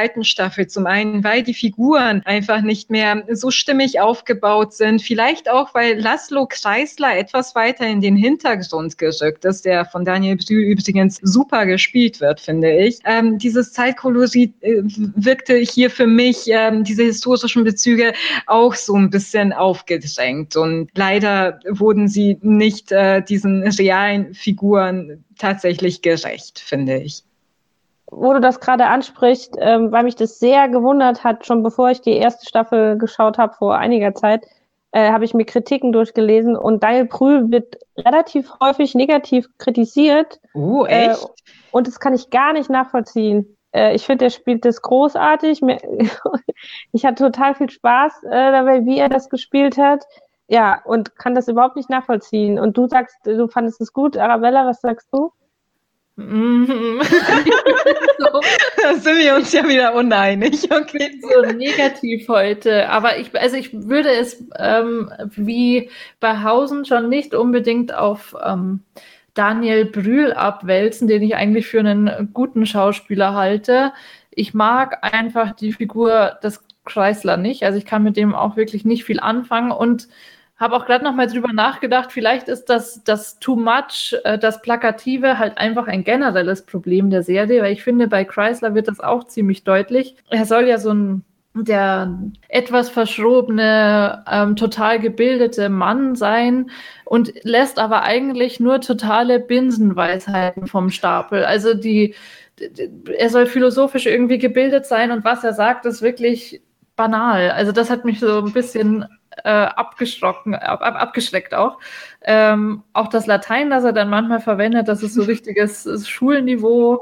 zweiten Staffel. Zum einen, weil die Figuren einfach nicht mehr so stimmig aufgebaut sind. Vielleicht auch, weil Laszlo Kreisler etwas weiter in den Hintergrund gerückt ist, der von Daniel Brühl übrigens super gespielt wird, finde ich. Ähm, dieses Zeitkolorit äh, wirkte hier für mich, ähm, diese historischen Bezüge, auch so ein bisschen aufgedrängt. Und leider wurden sie nicht äh, diesen realen Figuren tatsächlich gerecht, finde ich. Wo du das gerade ansprichst, ähm, weil mich das sehr gewundert hat, schon bevor ich die erste Staffel geschaut habe, vor einiger Zeit, äh, habe ich mir Kritiken durchgelesen und Daniel Brühl wird relativ häufig negativ kritisiert. Oh, echt? Äh, und das kann ich gar nicht nachvollziehen. Äh, ich finde, er spielt das großartig. Ich hatte total viel Spaß äh, dabei, wie er das gespielt hat. Ja, und kann das überhaupt nicht nachvollziehen. Und du sagst, du fandest es gut. Arabella, was sagst du? Mhm. So. Da sind wir uns ja wieder uneinig. Okay. So negativ heute. Aber ich, also ich würde es ähm, wie bei Hausen schon nicht unbedingt auf ähm, Daniel Brühl abwälzen, den ich eigentlich für einen guten Schauspieler halte. Ich mag einfach die Figur des Kreisler nicht. Also ich kann mit dem auch wirklich nicht viel anfangen und habe auch gerade noch mal drüber nachgedacht, vielleicht ist das, das Too Much, äh, das Plakative halt einfach ein generelles Problem der Serie, weil ich finde, bei Kreisler wird das auch ziemlich deutlich. Er soll ja so ein der etwas verschrobene, ähm, total gebildete Mann sein und lässt aber eigentlich nur totale Binsenweisheiten vom Stapel. Also die, die er soll philosophisch irgendwie gebildet sein und was er sagt, ist wirklich banal. Also das hat mich so ein bisschen Äh, abgeschrocken, ab, ab, abgeschreckt auch. Ähm, auch das Latein, das er dann manchmal verwendet, das ist so richtiges Schulniveau.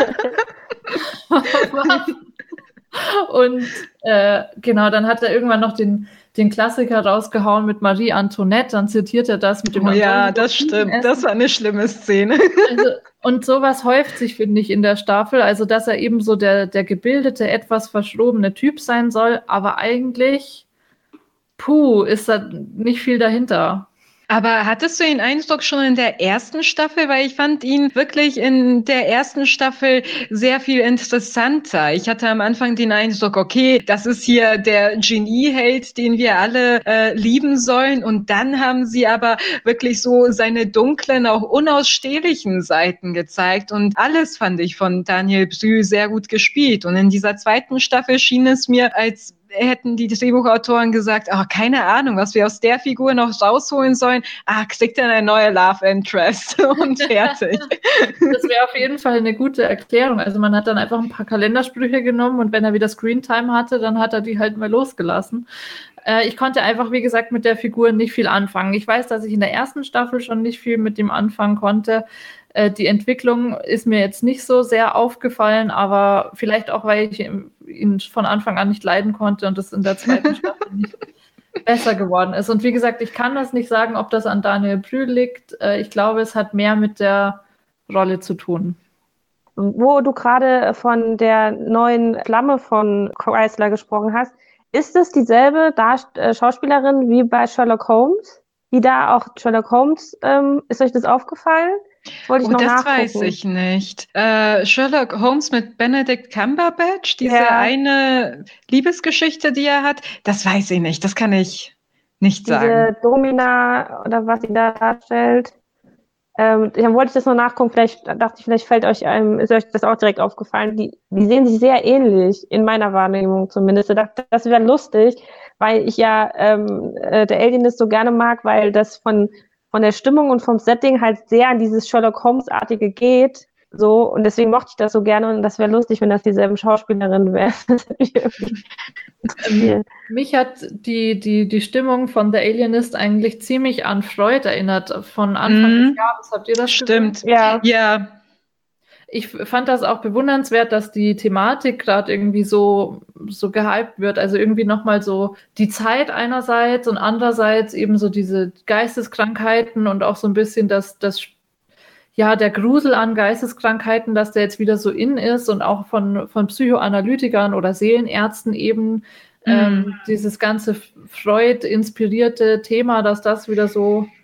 Und äh, genau, dann hat er irgendwann noch den, den Klassiker rausgehauen mit Marie Antoinette, dann zitiert er das mit dem Oh ja, das stimmt, Essen. Das war eine schlimme Szene. Also, und sowas häuft sich, finde ich, in der Staffel, also dass er eben so der, der gebildete, etwas verschrobene Typ sein soll, aber eigentlich puh, ist da nicht viel dahinter. Aber hattest du den Eindruck schon in der ersten Staffel? Weil ich fand ihn wirklich in der ersten Staffel sehr viel interessanter. Ich hatte am Anfang den Eindruck, okay, das ist hier der Genieheld, den wir alle äh, lieben sollen. Und dann haben sie aber wirklich so seine dunklen, auch unausstehlichen Seiten gezeigt. Und alles fand ich von Daniel Brühl sehr gut gespielt. Und in dieser zweiten Staffel schien es mir, als hätten die Drehbuchautoren gesagt, oh, keine Ahnung, was wir aus der Figur noch rausholen sollen. Ah, kriegt dann eine neue Love Interest und fertig. Das wäre auf jeden Fall eine gute Erklärung. Also man hat dann einfach ein paar Kalendersprüche genommen und wenn er wieder Screentime hatte, dann hat er die halt mal losgelassen. Äh, ich konnte einfach, wie gesagt, mit der Figur nicht viel anfangen. Ich weiß, dass ich in der ersten Staffel schon nicht viel mit ihm anfangen konnte. Die Entwicklung ist mir jetzt nicht so sehr aufgefallen, aber vielleicht auch, weil ich ihn von Anfang an nicht leiden konnte und es in der zweiten Staffel nicht besser geworden ist. Und wie gesagt, ich kann das nicht sagen, ob das an Daniel Brühl liegt. Ich glaube, es hat mehr mit der Rolle zu tun. Wo du gerade von der neuen Flamme von Kreisler gesprochen hast, ist es dieselbe Dar- äh, Schauspielerin wie bei Sherlock Holmes? Wie da auch Sherlock Holmes, ähm, ist euch das aufgefallen? Wollte ich oh, noch das nachgucken. weiß ich nicht. Äh, Sherlock Holmes mit Benedict Cumberbatch, diese ja. eine Liebesgeschichte, die er hat, das weiß ich nicht, das kann ich nicht diese sagen. Diese Domina oder was sie da darstellt. Ähm, dann wollte ich das noch nachgucken, vielleicht dachte ich, vielleicht fällt euch einem, ist euch das auch direkt aufgefallen. Die, die sehen sich sehr ähnlich, in meiner Wahrnehmung zumindest. Ich dachte, das wäre lustig, weil ich ja ähm, äh, der Alienist so gerne mag, weil das von von der Stimmung und vom Setting halt sehr an dieses Sherlock Holmes-artige geht. So, und deswegen mochte ich das so gerne und das wäre lustig, wenn das dieselben Schauspielerinnen wären. Mich hat die, die, die Stimmung von The Alienist eigentlich ziemlich an Freud erinnert, von Anfang mm. des Jahres. Habt ihr das Stimmt, gesehen? ja. ja. Ich fand das auch bewundernswert, dass die Thematik gerade irgendwie so, so gehypt wird. Also irgendwie nochmal so die Zeit einerseits und andererseits eben so diese Geisteskrankheiten und auch so ein bisschen das, das ja, der Grusel an Geisteskrankheiten, dass der jetzt wieder so in ist und auch von, von Psychoanalytikern oder Seelenärzten eben mhm. ähm, dieses ganze Freud-inspirierte Thema, dass das wieder so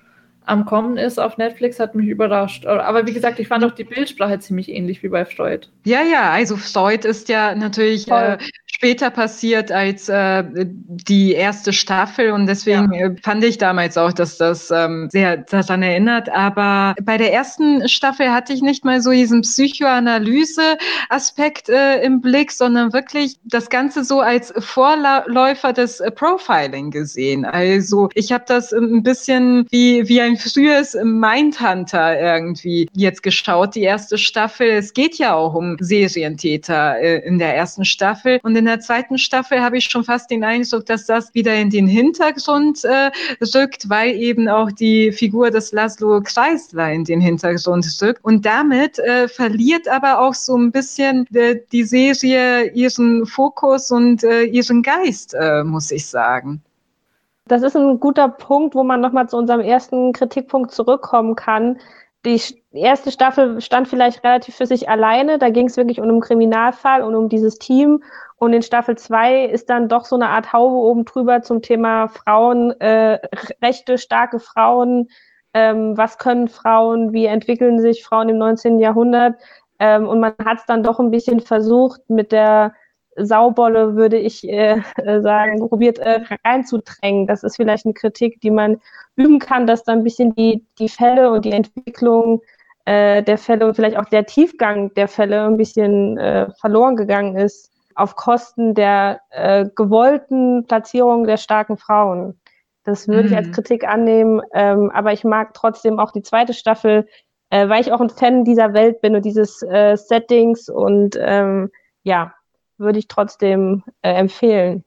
am Kommen ist auf Netflix, hat mich überrascht. Aber wie gesagt, ich fand auch die Bildsprache ziemlich ähnlich wie bei Freud. Ja, ja, also Freud ist ja natürlich äh, später passiert als äh, die erste Staffel und deswegen ja. äh, fand ich damals auch, dass das ähm, sehr daran erinnert. Aber bei der ersten Staffel hatte ich nicht mal so diesen Psychoanalyse-Aspekt äh, im Blick, sondern wirklich das Ganze so als Vorläufer des äh, Profiling gesehen. Also ich habe das ein bisschen wie, wie ein frühes Mindhunter irgendwie jetzt geschaut, die erste Staffel. Es geht ja auch um Serientäter äh, in der ersten Staffel. Und in der zweiten Staffel habe ich schon fast den Eindruck, dass das wieder in den Hintergrund äh, rückt, weil eben auch die Figur des Laszlo Kreisler in den Hintergrund rückt. Und damit äh, verliert aber auch so ein bisschen äh, die Serie ihren Fokus und äh, ihren Geist, äh, muss ich sagen. Das ist ein guter Punkt, wo man nochmal zu unserem ersten Kritikpunkt zurückkommen kann. Die erste Staffel stand vielleicht relativ für sich alleine. Da ging es wirklich um einen Kriminalfall und um dieses Team. Und in Staffel zwei ist dann doch so eine Art Haube oben drüber zum Thema Frauen, äh, Rechte, starke Frauen. Ähm, was können Frauen? Wie entwickeln sich Frauen im neunzehnten Jahrhundert? Ähm, und man hat es dann doch ein bisschen versucht, mit der Saubolle, würde ich äh, sagen, probiert äh, reinzudrängen. Das ist vielleicht eine Kritik, die man üben kann, dass da ein bisschen die, die Fälle und die Entwicklung äh, der Fälle und vielleicht auch der Tiefgang der Fälle ein bisschen äh, verloren gegangen ist auf Kosten der äh, gewollten Platzierung der starken Frauen. Das würde mhm. ich als Kritik annehmen, ähm, aber ich mag trotzdem auch die zweite Staffel, äh, weil ich auch ein Fan dieser Welt bin und dieses äh, Settings und ähm, ja, würde ich trotzdem äh, empfehlen.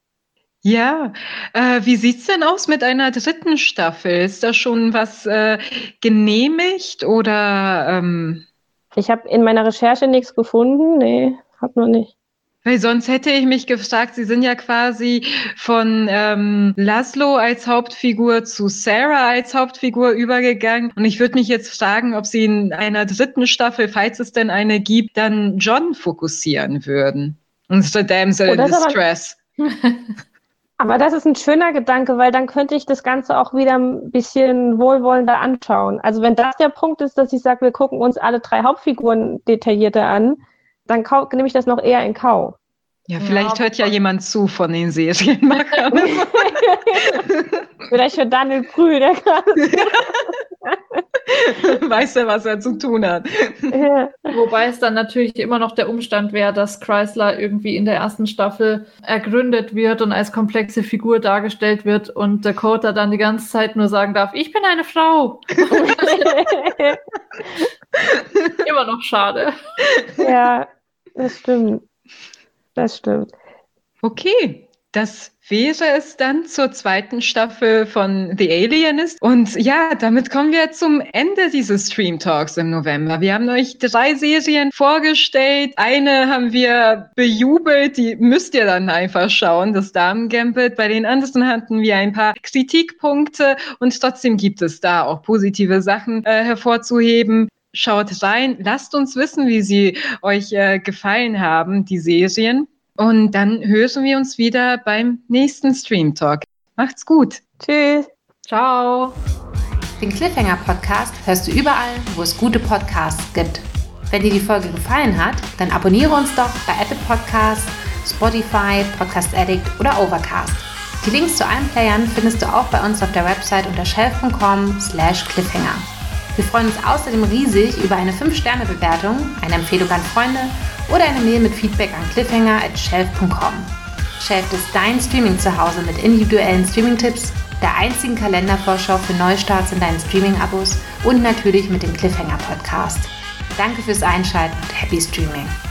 Ja, äh, wie sieht's denn aus mit einer dritten Staffel? Ist da schon was äh, genehmigt oder? Ähm Ich habe in meiner Recherche nichts gefunden. Nee, hab noch nicht. Weil sonst hätte ich mich gefragt, Sie sind ja quasi von ähm, Laszlo als Hauptfigur zu Sarah als Hauptfigur übergegangen. Und ich würde mich jetzt fragen, ob Sie in einer dritten Staffel, falls es denn eine gibt, dann John fokussieren würden. Unsere Damsel in Distress. Aber, aber das ist ein schöner Gedanke, weil dann könnte ich das Ganze auch wieder ein bisschen wohlwollender anschauen. Also wenn das der Punkt ist, dass ich sage, wir gucken uns alle drei Hauptfiguren detaillierter an, dann kau- nehme ich das noch eher in Kauf. Ja, vielleicht ja, hört ja jemand zu von den Serienmachern. Vielleicht hört Daniel Brühl, der gerade weiß ja, was er zu tun hat. Ja. Wobei es dann natürlich immer noch der Umstand wäre, dass Kreisler irgendwie in der ersten Staffel ergründet wird und als komplexe Figur dargestellt wird und Dakota dann die ganze Zeit nur sagen darf, ich bin eine Frau. Immer noch schade. Ja, das stimmt. Das stimmt. Okay, das wäre es dann zur zweiten Staffel von The Alienist. Und ja, damit kommen wir zum Ende dieses Stream Talks im November. Wir haben euch drei Serien vorgestellt. Eine haben wir bejubelt, die müsst ihr dann einfach schauen, das Damen-Gambit. Bei den anderen hatten wir ein paar Kritikpunkte und trotzdem gibt es da auch positive Sachen äh, hervorzuheben. Schaut rein, lasst uns wissen, wie sie euch äh, gefallen haben, die Serien. Und dann hören wir uns wieder beim nächsten Stream Talk. Macht's gut. Tschüss. Ciao. Den Cliffhanger-Podcast hörst du überall, wo es gute Podcasts gibt. Wenn dir die Folge gefallen hat, dann abonniere uns doch bei Apple Podcasts, Spotify, Podcast Addict oder Overcast. Die Links zu allen Playern findest du auch bei uns auf der Website unter shelf punkt com slash cliffhanger. Wir freuen uns außerdem riesig über eine fünf Sterne Bewertung, eine Empfehlung an Freunde oder eine Mail mit Feedback an cliffhanger at shelf punkt com. Shelf ist dein Streaming-Zuhause mit individuellen Streaming-Tipps, der einzigen Kalendervorschau für Neustarts in deinen Streaming-Abos und natürlich mit dem Cliffhanger-Podcast. Danke fürs Einschalten und happy Streaming!